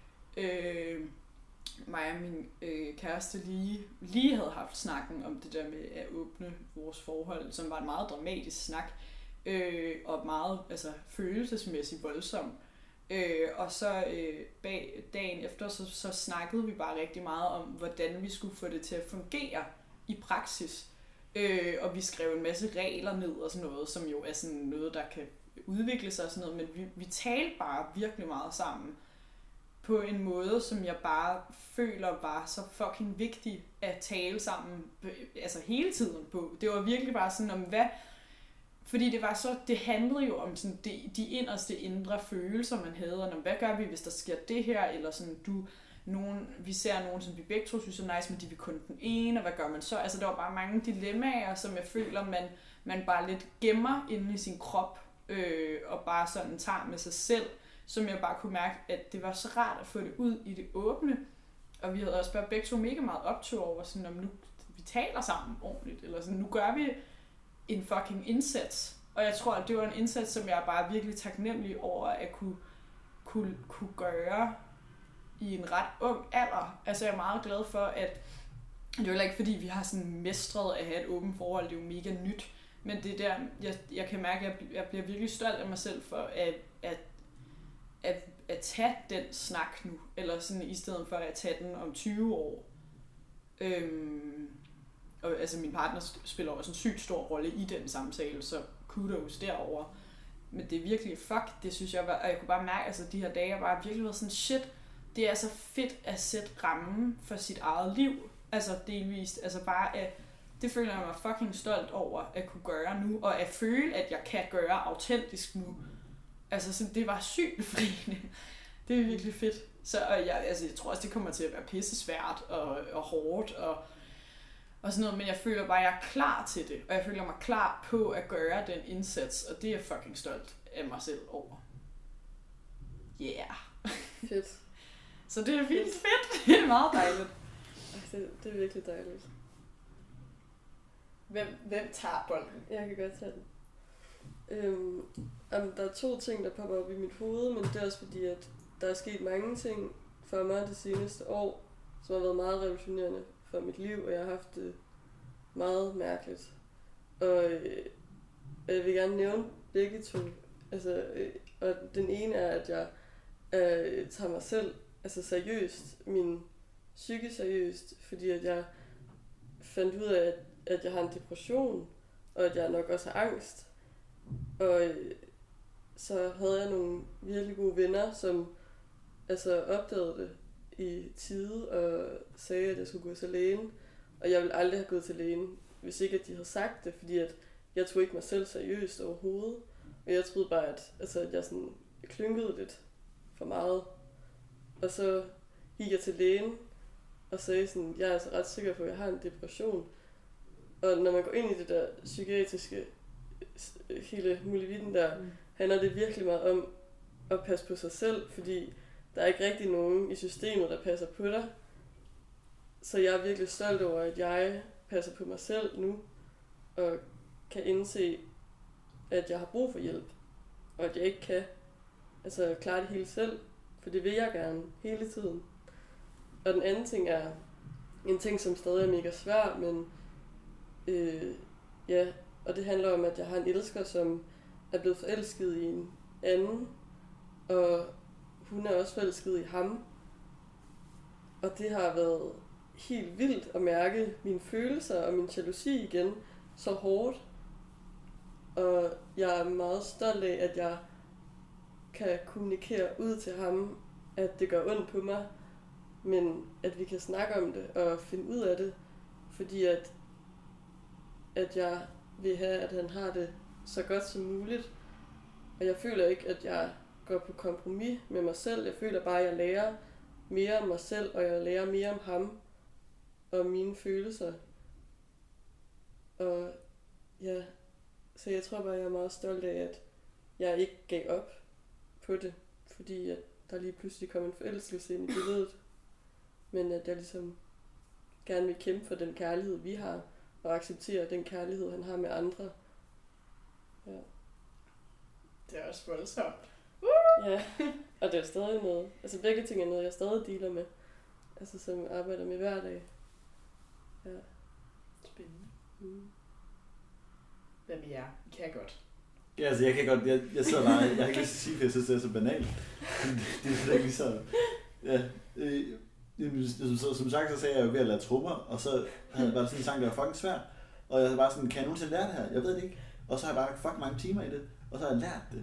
mig og min kæreste lige havde haft snakken om det der med at åbne vores forhold, som var en meget dramatisk snak, og meget følelsesmæssigt voldsom. Og så dagen efter, så snakkede vi bare rigtig meget om, hvordan vi skulle få det til at fungere i praksis. Og vi skrev en masse regler ned og sådan noget, som jo er sådan noget, der kan udvikle sig og sådan noget, men vi talte bare virkelig meget sammen på en måde, som jeg bare føler var så fucking vigtig at tale sammen, altså hele tiden på. Det var virkelig bare sådan om fordi det handlede jo om sådan de inderste indre følelser, man havde, og hvad gør vi, hvis der sker det her, eller sådan vi ser nogen, som vi begge to synes er nice, men de vil kun den ene, og hvad gør man så? Altså der var bare mange dilemmaer, som jeg føler, man bare lidt gemmer inde i sin krop, og bare sådan tager med sig selv, som jeg bare kunne mærke, at det var så rart at få det ud i det åbne. Og vi havde også bare begge to mega meget optur over, sådan, om nu vi taler sammen ordentligt, eller sådan, nu gør vi en fucking indsats. Og jeg tror, at det var en indsats, som jeg bare virkelig taknemmelig over at kunne gøre i en ret ung alder. Altså jeg er meget glad for, at det er jo heller ikke fordi, vi har sådan mestret at have et åbent forhold, det er jo mega nyt. Men det der, jeg kan mærke, at jeg bliver virkelig stolt af mig selv for at tage den snak nu, eller sådan i stedet for at tage den om 20 år. Og altså min partner spiller også en sygt stor rolle i den samtale, så kudos derover. Men det er virkelig det synes jeg var, og jeg kunne bare mærke, altså de her dage, jeg bare virkelig været sådan, shit, det er så fedt at sætte rammen for sit eget liv, altså delvist, altså bare at, det føler jeg mig fucking stolt over at kunne gøre nu, og at føle, at jeg kan gøre autentisk nu. Altså så det var sygt befriende. Det er virkelig fedt. Så jeg tror også, det kommer til at være pissesvært og hårdt og sådan noget, men jeg føler bare, at jeg er klar til det, og jeg føler mig klar på at gøre den indsats, og det er jeg fucking stolt af mig selv over. Yeah. Fedt. Så det er vildt fedt. Det er meget dejligt. Det er virkelig dejligt. Hvem tager bolden? Jeg kan godt tage den. Der er 2 ting, der popper op i mit hoved, men det er også fordi, at der er sket mange ting for mig det seneste år, som har været meget revolutionerende for mit liv, og jeg har haft det meget mærkeligt. Og jeg vil gerne nævne begge 2. Og den ene er, at jeg tager mig selv seriøst, min psyke seriøst, fordi at jeg fandt ud af, at jeg har en depression, og at jeg nok også har angst. Og så havde jeg nogle virkelig gode venner, som opdagede det i tide og sagde, at jeg skulle gå til lægen. Og jeg ville aldrig have gået til lægen, hvis ikke at de havde sagt det, fordi at jeg tog ikke mig selv seriøst overhovedet. Og jeg troede bare, at jeg sådan klynkede lidt for meget. Og så gik jeg til lægen og sagde sådan, jeg er altså ret sikker på, at jeg har en depression. Og når man går ind i det der psykiatriske, hele muligheden der, handler det virkelig meget om at passe på sig selv, fordi der er ikke rigtig nogen i systemet, der passer på dig. Så jeg er virkelig stolt over, at jeg passer på mig selv nu, og kan indse, at jeg har brug for hjælp, og at jeg ikke kan klare det hele selv, for det vil jeg gerne hele tiden. Og den anden ting er en ting, som stadig er mega svær, men og det handler om, at jeg har en elsker, som er blevet forelsket i en anden, og hun er også forelsket i ham. Og det har været helt vildt at mærke mine følelser og min jalousi igen så hårdt. Og jeg er meget stolt af, at jeg kan kommunikere ud til ham, at det gør ondt på mig, men at vi kan snakke om det og finde ud af det, fordi at jeg vil have, at han har det så godt som muligt. Og jeg føler ikke, at jeg går på kompromis med mig selv. Jeg føler bare, at jeg lærer mere om mig selv, og jeg lærer mere om ham og mine følelser. Og ja, så jeg tror bare, jeg er meget stolt af, at jeg ikke gav op på det, fordi at der lige pludselig kom en forelskelse ind i billedet. Men at jeg ligesom gerne vil kæmpe for den kærlighed, vi har, og acceptere den kærlighed, han har med andre. Ja. Det er også voldsomt. Ja, og det er stadig noget. Begge ting er noget, jeg stadig dealer med. Som jeg arbejder med hver dag. Ja. Spændende. Hvad med jer? I kan godt. Ja, jeg kan godt. Jeg sidder bare. Jeg har ikke lyst til at sige, for jeg synes, det er så banalt. Det er slet ikke så. Ja. Som sagt, så sagde jeg jo ved at lære trommer, og så havde jeg bare sådan en sang, der var fucking svær. Og jeg var bare sådan, kan jeg nogensinde lære det her? Jeg ved det ikke. Og så har jeg bare fucking mange timer i det, og så har jeg lært det.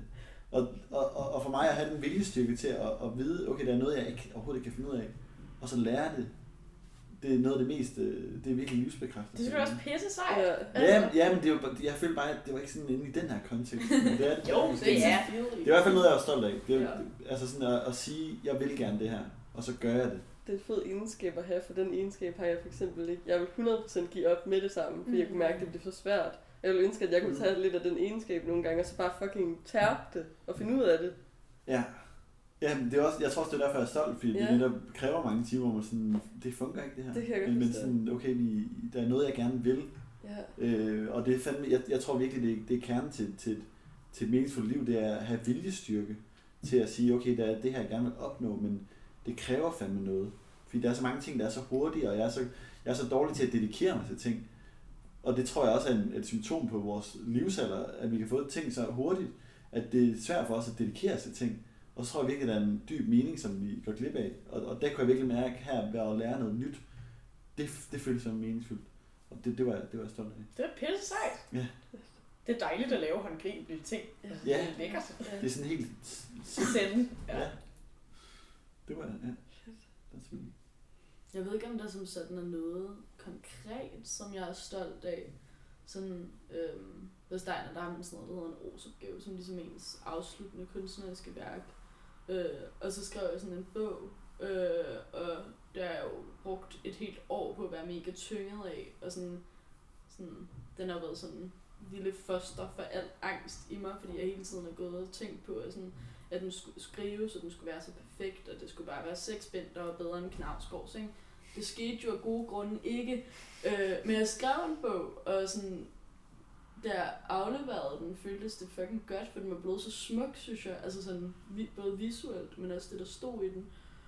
Og for mig at have den viljestyrke til at vide, okay, der er noget, jeg ikke, overhovedet ikke kan finde ud af, og så lære det. Det er noget af det mest, det er virkelig livsbekræftende. Det skulle også pisse sejt. Ja, men det var, jeg følte bare, at det var ikke sådan inde i den her kontekst. Det er, jo, det er. Det er i hvert fald noget, jeg er stolt af. Det er, sådan at sige, jeg vil gerne det her, og så gør jeg det. Det er et fed egenskab at have, for den egenskab har jeg for eksempel ikke. Jeg vil 100% give op med det samme, fordi jeg kunne mærke, at det blev for svært. Jeg ville ønske, at jeg kunne tage lidt af den egenskab nogle gange, og så bare fucking tærpe det, og finde ud af det. Ja. Ja, men det er også, jeg tror også, det er derfor, jeg er stolt, fordi det netop kræver mange timer, hvor man sådan, det fungerer ikke det her. Det kan jeg godt men sådan, okay, der er noget, jeg gerne vil. Ja. Og det er fandme, jeg tror virkelig, det er kernen til et meningsfuldt liv, det er at have viljestyrke til at sige, okay, der er det her, jeg gerne vil opnå, men det kræver fandme noget. Fordi der er så mange ting, der er så hurtige, og jeg er så dårlig til at dedikere mig til ting. Og det tror jeg også er et symptom på vores livsalder, at vi kan få ting så hurtigt, at det er svært for os at dedikere sig til ting. Og så tror jeg virkelig, at der er en dyb mening, som vi går glip af. Og der kunne jeg virkelig mærke her ved at lære noget nyt. Det føles som meningsfuldt. Og det var jeg stolt af. Det er pisse sejt. Ja. Det er dejligt at lave håndgribelige ting. Ja. Det er lækkert. Det er sådan helt... Sende. Ja. Det var det, ja. Det er selvfølgelig. Jeg ved ikke, om der som sådan er noget konkret, som jeg er stolt af. Sådan, ved Steiner, der har man sådan noget, der hedder en årsopgave, som ligesom ens afsluttende kunstneriske værk. Og så skrev jeg sådan en bog, og der er jo brugt et helt år på at være mega tynget af, og sådan den har været sådan en lille foster for al angst i mig, fordi jeg hele tiden har gået og tænkt på, at den skulle skrives, og den skulle være så perfekt, og det skulle bare være 6 bind, der var bedre end Knausgårds, ikke? Det skete jo af gode grunde ikke, men jeg skrev en bog, og sådan, da jeg afleverede den, føltes det fucking godt, for den var blevet så smuk, synes jeg. Altså sådan, både visuelt, men også det, der stod i den.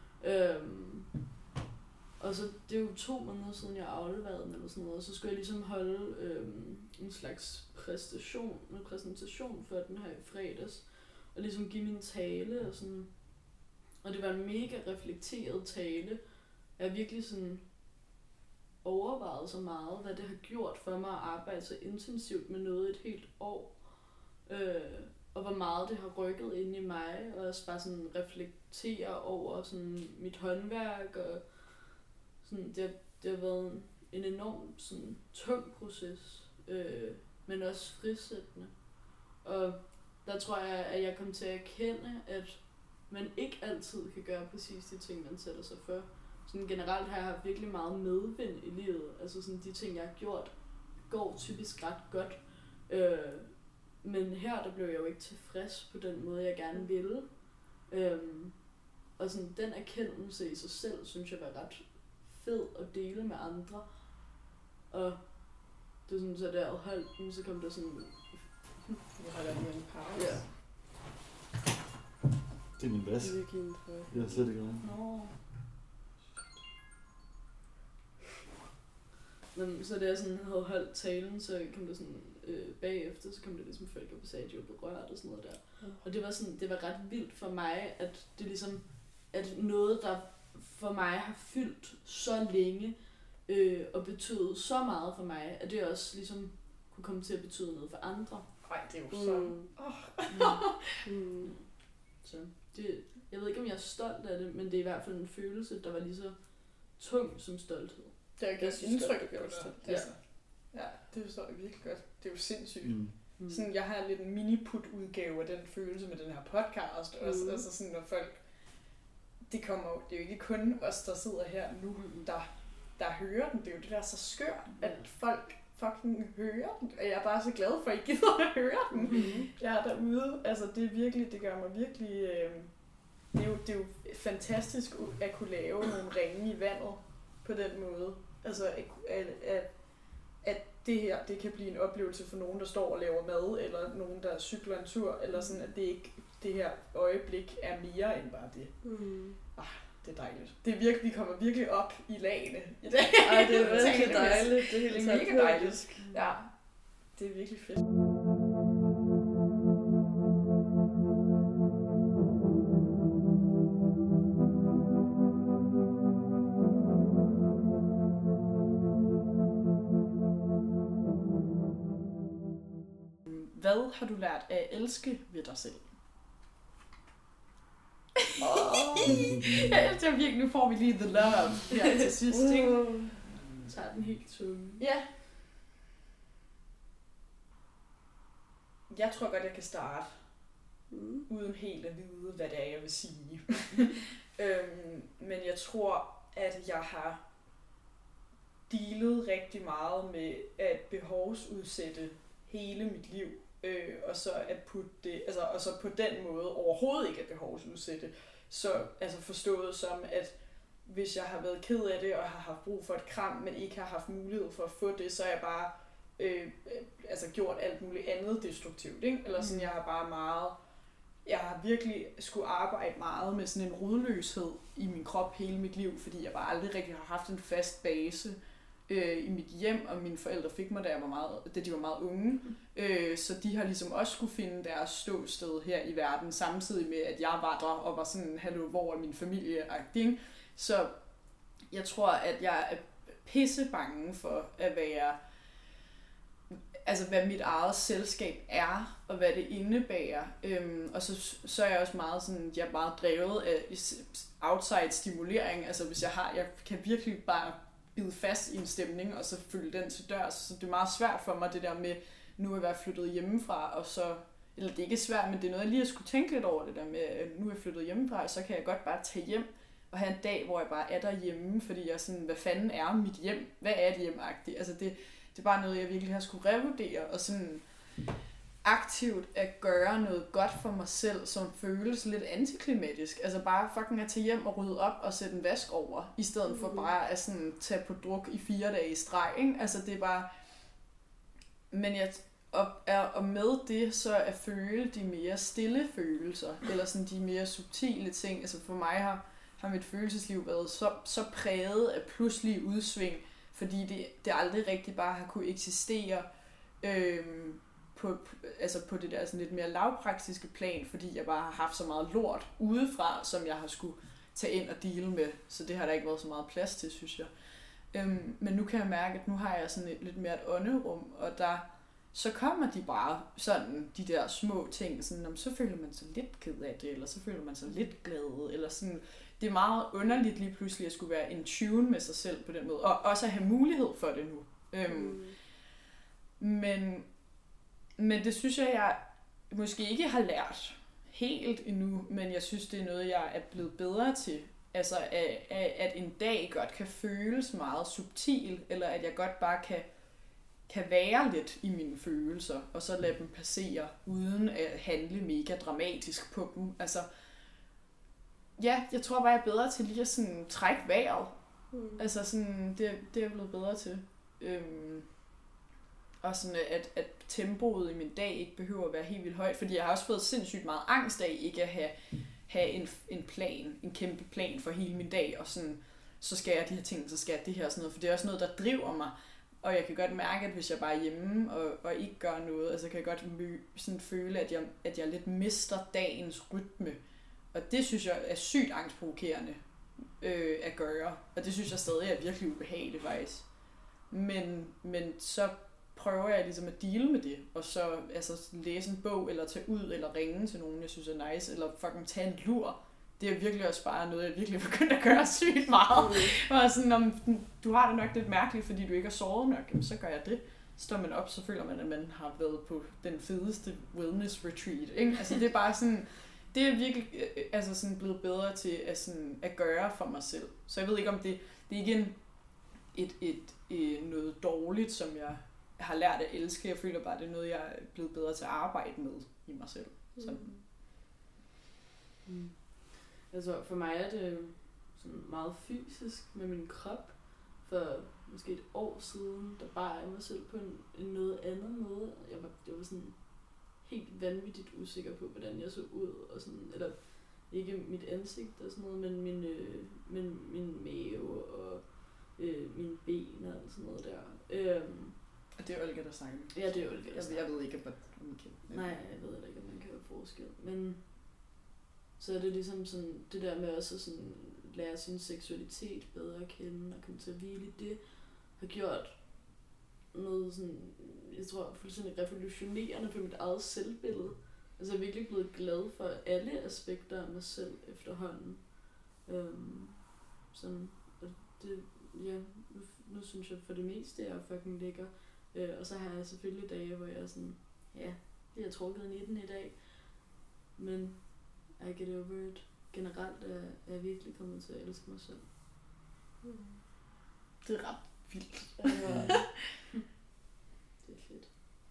Og så, det er jo 2 måneder siden, jeg afleverede den, eller sådan noget, og så skulle jeg ligesom holde en slags præsentation for den her i fredags, og ligesom give min tale, og sådan. Og det var en mega reflekteret tale. Jeg har virkelig sådan overvejet så meget, hvad det har gjort for mig at arbejde så intensivt med noget et helt år. Og hvor meget det har rykket ind i mig, og også bare sådan reflektere over sådan mit håndværk, og sådan, det har været en enormt sådan tung proces, men også frisættende. Og der tror jeg, at jeg kom til at erkende, at man ikke altid kan gøre præcis de ting, man sætter sig for. Sådan generelt har jeg haft virkelig meget medvind i livet. Altså sådan de ting, jeg har gjort, går typisk ret godt. Men her, der blev jeg jo ikke tilfreds på den måde, jeg gerne ville. Og sådan den erkendelse i sig selv, synes jeg var ret fed at dele med andre. Og det er sådan, så da jeg havde holdt den, så kom der sådan... Nu holder jeg lige en pause. Ja. Det er min bas. Jeg har slet ikke noget. Nå. Men så da jeg sådan havde holdt talen, så kom der sådan bagefter, så kom der ligesom folk op og sagde, at de var berørt og sådan noget der. Og det var sådan, det var ret vildt for mig, at det ligesom, at noget, der for mig har fyldt så længe, og betydet så meget for mig, at det også ligesom kunne komme til at betyde noget for andre. Nej, det er jo så... Så det, jeg ved ikke, om jeg er stolt af det, men det er i hvert fald en følelse, der var lige så tung som stolthed. Det har gjort indtryk på dig. Altså. Ja, det forstår jeg virkelig godt. Det er jo sindssygt. Sådan, jeg har lidt en mini-put-udgave af den følelse med den her podcast også. Altså sådan, når folk... Det er jo ikke kun os, der sidder her nu, der hører den. Det er jo det, der er så skørt, at folk fucking hører den. Og jeg er bare så glad for, at I gider at høre den. Jeg er derude. Altså, det er virkelig, det gør mig virkelig... Det er jo fantastisk at kunne lave nogle ringe i vandet på den måde. Altså, at det her, det kan blive en oplevelse for nogen, der står og laver mad, eller nogen, der cykler en tur, eller sådan, at det ikke, det her øjeblik er mere end bare det. Det er dejligt. Det er virkelig, vi kommer virkelig op i lagene i dag. Ej, det er virkelig dejligt. Det er helt mega dejligt. Ja, det er virkelig fedt. Hvad har du lært at elske ved dig selv? Jeg virkelig, nu får vi lige the love her til sidst, ikke? Så er den helt tunge. Ja. Jeg tror godt, jeg kan starte, uden helt at vide, hvad det er, jeg vil sige. Men jeg tror, at jeg har dealet rigtig meget med at behovsudsætte hele mit liv, og så at putte det, altså, og så på den måde overhovedet ikke at behovsudsætte. Så altså forstået som, at hvis jeg har været ked af det, og har haft brug for et kram, men ikke har haft mulighed for at få det, så er jeg bare altså gjort alt muligt andet destruktivt, ikke? Eller sådan, jeg har virkelig skulle arbejde meget med sådan en rodløshed i min krop hele mit liv, fordi jeg bare aldrig rigtig har haft en fast base i mit hjem, og mine forældre fik mig, da de var meget unge. Så de har ligesom også skulle finde deres ståsted her i verden, samtidig med, at jeg var der og var sådan, hallo, hvor er min familie-agtig. Så jeg tror, at jeg er pisse bange for at være, altså hvad mit eget selskab er, og hvad det indebærer. Og så er jeg også meget sådan, jeg er meget drevet af outside stimulering. Altså hvis jeg kan virkelig bare bide fast i en stemning, og så følge den til dørs. Så det er meget svært for mig, det der med nu at være flyttet hjemmefra, og så, eller det er ikke svært, men det er noget, jeg lige har skulle tænke lidt over, det der med, at nu er jeg flyttet hjemmefra, så kan jeg godt bare tage hjem og have en dag, hvor jeg bare er derhjemme, fordi jeg er sådan, hvad fanden er mit hjem? Hvad er et hjem-agtigt? Altså det er bare noget, jeg virkelig har skulle revurdere, og sådan aktivt at gøre noget godt for mig selv, som føles lidt antiklimatisk. Altså bare fucking at tage hjem og rydde op og sætte en vask over, i stedet for bare at sådan tage på druk i 4 dage i streg, ikke? Altså det er bare... Men og med det, så at føle de mere stille følelser, eller sådan de mere subtile ting. Altså for mig har mit følelsesliv været så præget af pludselige udsving, fordi det aldrig rigtig bare har kunne eksistere på det der sådan lidt mere lavpraktiske plan, fordi jeg bare har haft så meget lort udefra, som jeg har skulle tage ind og deale med. Så det har der ikke været så meget plads til, synes jeg. Men nu kan jeg mærke, at nu har jeg sådan lidt mere et ånderum, og så kommer de bare sådan, de der små ting, sådan, så føler man sig lidt ked af det, eller så føler man sig lidt glad, eller sådan. Det er meget underligt lige pludselig at skulle være in tune med sig selv på den måde, og også at have mulighed for det nu. Men det synes jeg måske ikke har lært helt endnu, men jeg synes, det er noget, jeg er blevet bedre til. Altså, at en dag godt kan føles meget subtil, eller at jeg godt bare kan være lidt i mine følelser, og så lade dem passere, uden at handle mega dramatisk på dem. Altså, ja, jeg tror bare, jeg er bedre til lige at sådan trække vejret. Altså, sådan, det er jeg blevet bedre til. Og sådan, at tempoet i min dag ikke behøver at være helt vildt højt, fordi jeg har også fået sindssygt meget angst af ikke at have en plan, en kæmpe plan for hele min dag, og sådan, så skal jeg de her ting, så skal jeg det her og sådan noget, for det er også noget, der driver mig, og jeg kan godt mærke, at hvis jeg bare er hjemme og ikke gør noget, altså kan jeg godt sådan føle, at jeg lidt mister dagens rytme, og det synes jeg er sygt angstprovokerende at gøre, og det synes jeg stadig er virkelig ubehageligt faktisk. Men så prøver jeg ligesom at deale med det, og så læse en bog, eller tage ud, eller ringe til nogen, jeg synes er nice, eller fucking tage en lur. Det er virkelig også bare noget, jeg virkelig begyndt at gøre sygt meget. Og sådan, om du har det nok lidt mærkeligt, fordi du ikke har sovet nok, så gør jeg det. Står man op, så føler man, at man har været på den fedeste wellness retreat. Ikke? Altså det er bare sådan, det er virkelig sådan blevet bedre til at gøre for mig selv. Så jeg ved ikke, om det er ikke noget dårligt, som jeg har lært at elske. Jeg føler bare, det er noget, jeg er blevet bedre til at arbejde med i mig selv. Altså for mig er det sådan meget fysisk med min krop. For måske et år siden, der bare jeg mig selv på en noget anden måde. Jeg var sådan helt vanvittigt usikker på, hvordan jeg så ud, og sådan, eller ikke mit ansigt og sådan noget, men min mave og mine ben og sådan noget der. Og det er Olga, der snakker. Ja, det er Olga. Jeg ved ikke, om man kan. Nej, jeg ved ikke, om man kan høre forskel. Men så er det ligesom sådan, det der med også at sådan lære sin seksualitet bedre at kende og komme til at hvile i det, har gjort noget sådan, jeg tror, fuldstændig revolutionerende for mit eget selvbillede. Altså jeg er virkelig blevet glad for alle aspekter af mig selv efterhånden. Sådan, og det, ja, nu synes jeg for det meste, jeg er fucking lækker. Og så har jeg selvfølgelig dage, hvor jeg er sådan, ja, det har trukket 19 i dag. Men I get over it. Generelt er jeg virkelig kommet til at elske mig selv. Det er ret vildt. Det er fedt.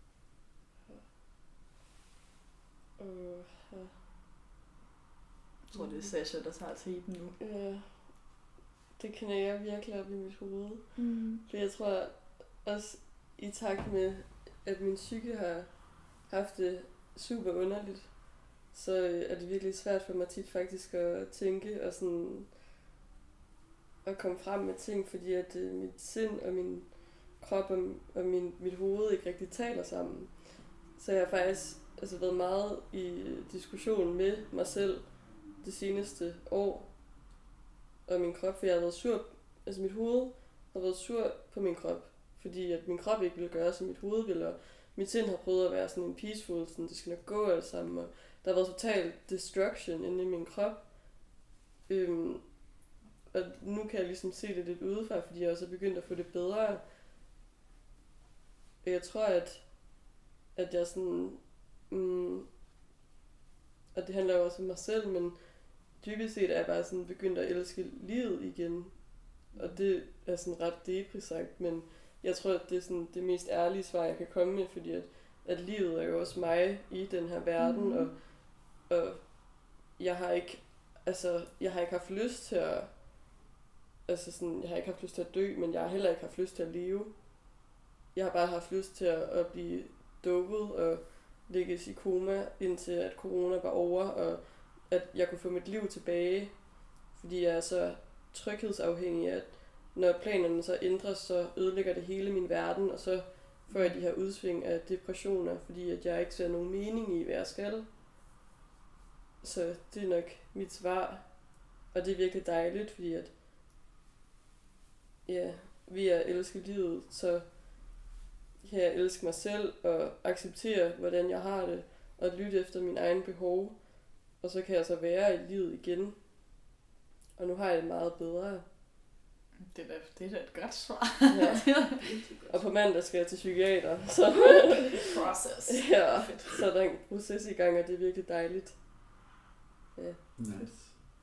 Jeg tror, det er Sasha, der tager teten nu. Ja, det knæger virkelig op i mit hoved. For jeg tror også, i takt med, at min psyke har haft det super underligt, så er det virkelig svært for mig tit faktisk at tænke og sådan at komme frem med ting, fordi at mit sind og min krop og mit hoved ikke rigtig taler sammen. Så jeg har faktisk været meget i diskussion med mig selv det seneste år og min krop, for jeg har været sur, altså mit hoved har været sur på min krop, fordi at min krop ikke ville gøre, som mit hoved ville, og mit sind har prøvet at være sådan en peaceful, sådan det skal nok gå alt sammen, og der har været total destruction inde i min krop. Og nu kan jeg ligesom se det lidt udefra, fordi jeg også er begyndt at få det bedre. Og jeg tror, at jeg sådan, og det handler jo også om mig selv, men dybest set er jeg bare sådan begyndt at elske livet igen. Og det er sådan ret depri-sagt, men jeg tror, at det er sådan det mest ærlige svar, jeg kan komme med, fordi at livet er jo også mig i den her verden, og jeg har ikke haft lyst til at, jeg har ikke haft lyst til at dø, men jeg har heller ikke haft lyst til at leve. Jeg har bare haft lyst til at blive dopet og ligges i koma, indtil at corona var over, og at jeg kunne få mit liv tilbage, fordi jeg er så tryghedsafhængig, at når planerne så ændres, så ødelægger det hele min verden, og så får jeg de her udsving af depressioner, fordi at jeg ikke ser nogen mening i, hvad jeg skal. Så det er nok mit svar, og det er virkelig dejligt, fordi at ved at elske livet, så kan jeg elske mig selv og acceptere, hvordan jeg har det, og lytte efter mine egne behov, og så kan jeg så være i livet igen. Og nu har jeg det meget bedre. Det er da et godt svar. Ja. Og på mandag skal jeg til psykiater, så Process. ja, så er der en proces i gang, og det er virkelig dejligt. Ja. Nice.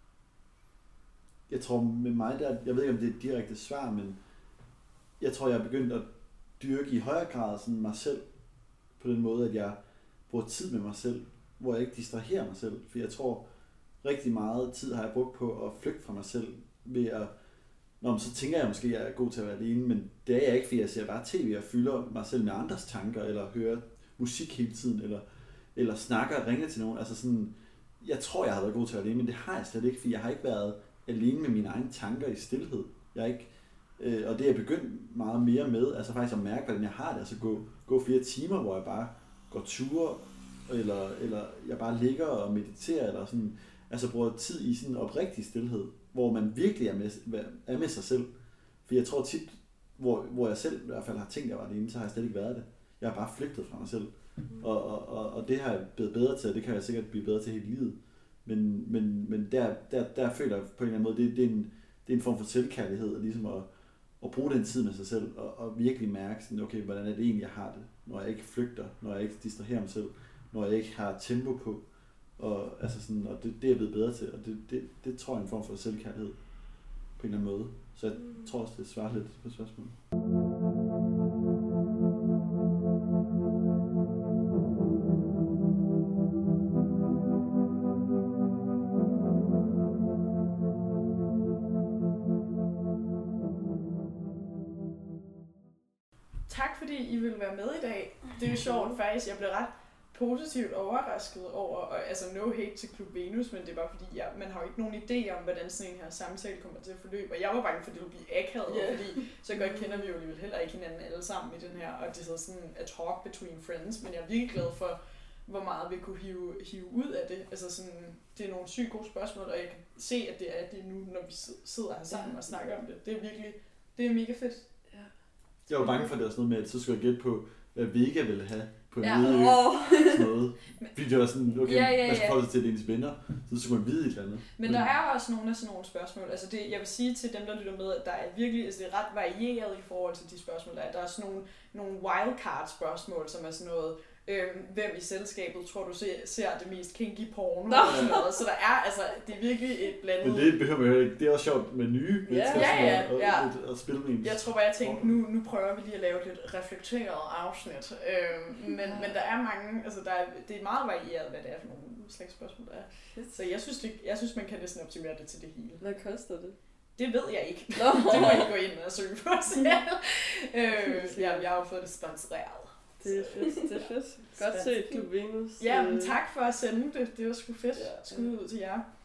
Jeg tror med mig der, jeg ved ikke om det er et direkte svar, men jeg tror jeg er begyndt at dyrke i højere grad sådan mig selv, på den måde at jeg bruger tid med mig selv, hvor jeg ikke distraherer mig selv, for jeg tror rigtig meget tid har jeg brugt på at flygte fra mig selv ved at så tænker jeg måske, at jeg er god til at være alene, men det er jeg ikke, fordi jeg ser bare tv og fylder mig selv med andres tanker, eller hører musik hele tiden, eller snakker og ringer til nogen. Altså sådan, jeg tror, jeg har været god til at være alene, men det har jeg slet ikke, fordi jeg har ikke været alene med mine egne tanker i stilhed. Jeg er ikke, og det er jeg begyndt meget mere med, altså faktisk at mærke, hvordan jeg har det, altså gå flere timer, hvor jeg bare går ture, eller jeg bare ligger og mediterer, eller sådan, altså bruger tid i sådan en oprigtig stilhed, hvor man virkelig er med sig selv. For jeg tror tit, hvor jeg selv i hvert fald har tænkt, at jeg var alene, så har jeg slet ikke været det. Jeg har bare flygtet fra mig selv. Og det har jeg blevet bedre til, og det kan jeg sikkert blive bedre til hele livet. Men der føler jeg på en eller anden måde, det er en form for selvkærlighed, ligesom at bruge den tid med sig selv, og virkelig mærke, sådan, okay, hvordan er det egentlig, jeg har det, når jeg ikke flygter, når jeg ikke distraherer mig selv, når jeg ikke har tempo på. Og, altså sådan, og det er jeg blevet bedre til, og det tror jeg er en form for selvkærlighed på en eller anden måde. Så jeg tror også, det svarer lidt på spørgsmålet. Tak fordi I ville være med i dag. Det er jo sjovt faktisk, jeg blev ret positivt overrasket over, og altså no hate til Klub Venus, men det er bare fordi, man har jo ikke nogen idé om, hvordan sådan en her samtale kommer til at forløbe, og jeg var bange for, at det ville blive akavet, fordi så godt kender vi jo alligevel heller ikke hinanden alle sammen i den her, og det er sådan a talk between friends, men jeg er virkelig glad for, hvor meget vi kunne hive ud af det. Altså sådan, det er nogle sygt gode spørgsmål, og jeg kan se, at det er det nu, når vi sidder her sammen og snakker om det. Det er virkelig, det er mega fedt. Ja. Jeg var bange for, det var sådan noget med, at så skulle jeg gætte på, hvad Vega ville have på en lille ø. Sådan noget. Fordi det var sådan, okay, man skal forholde sig til ens venner, så skulle man vide et eller andet. Men der er også nogle af sådan nogle spørgsmål. Altså det, jeg vil sige til dem, der lytter med, at der er virkelig, altså det er ret varieret i forhold til de spørgsmål, der er. Der er sådan nogle wildcard spørgsmål, som er sådan noget, hvem i selskabet tror du ser det mest kinky porno og sådan noget. Så der er, altså, det er virkelig et blandet. Men det behøver man jo ikke. Det er også sjovt med nye mennesker og spille med en. Jeg tror bare, jeg tænkte, nu prøver vi lige at lave et lidt reflekteret afsnit. Men der er mange, altså det er meget varieret, hvad det er for nogle slags spørgsmål, der er. Så jeg synes, man kan næsten optimere det til det hele. Hvad koster det? Det ved jeg ikke. Det må I gå ind og søge på selv. Jeg har jo fået det sponsoreret. Det er fedt. Godt set, Klub Venus. Ja, men tak for at sende det. Det var sgu fedt. Skud ud til jer.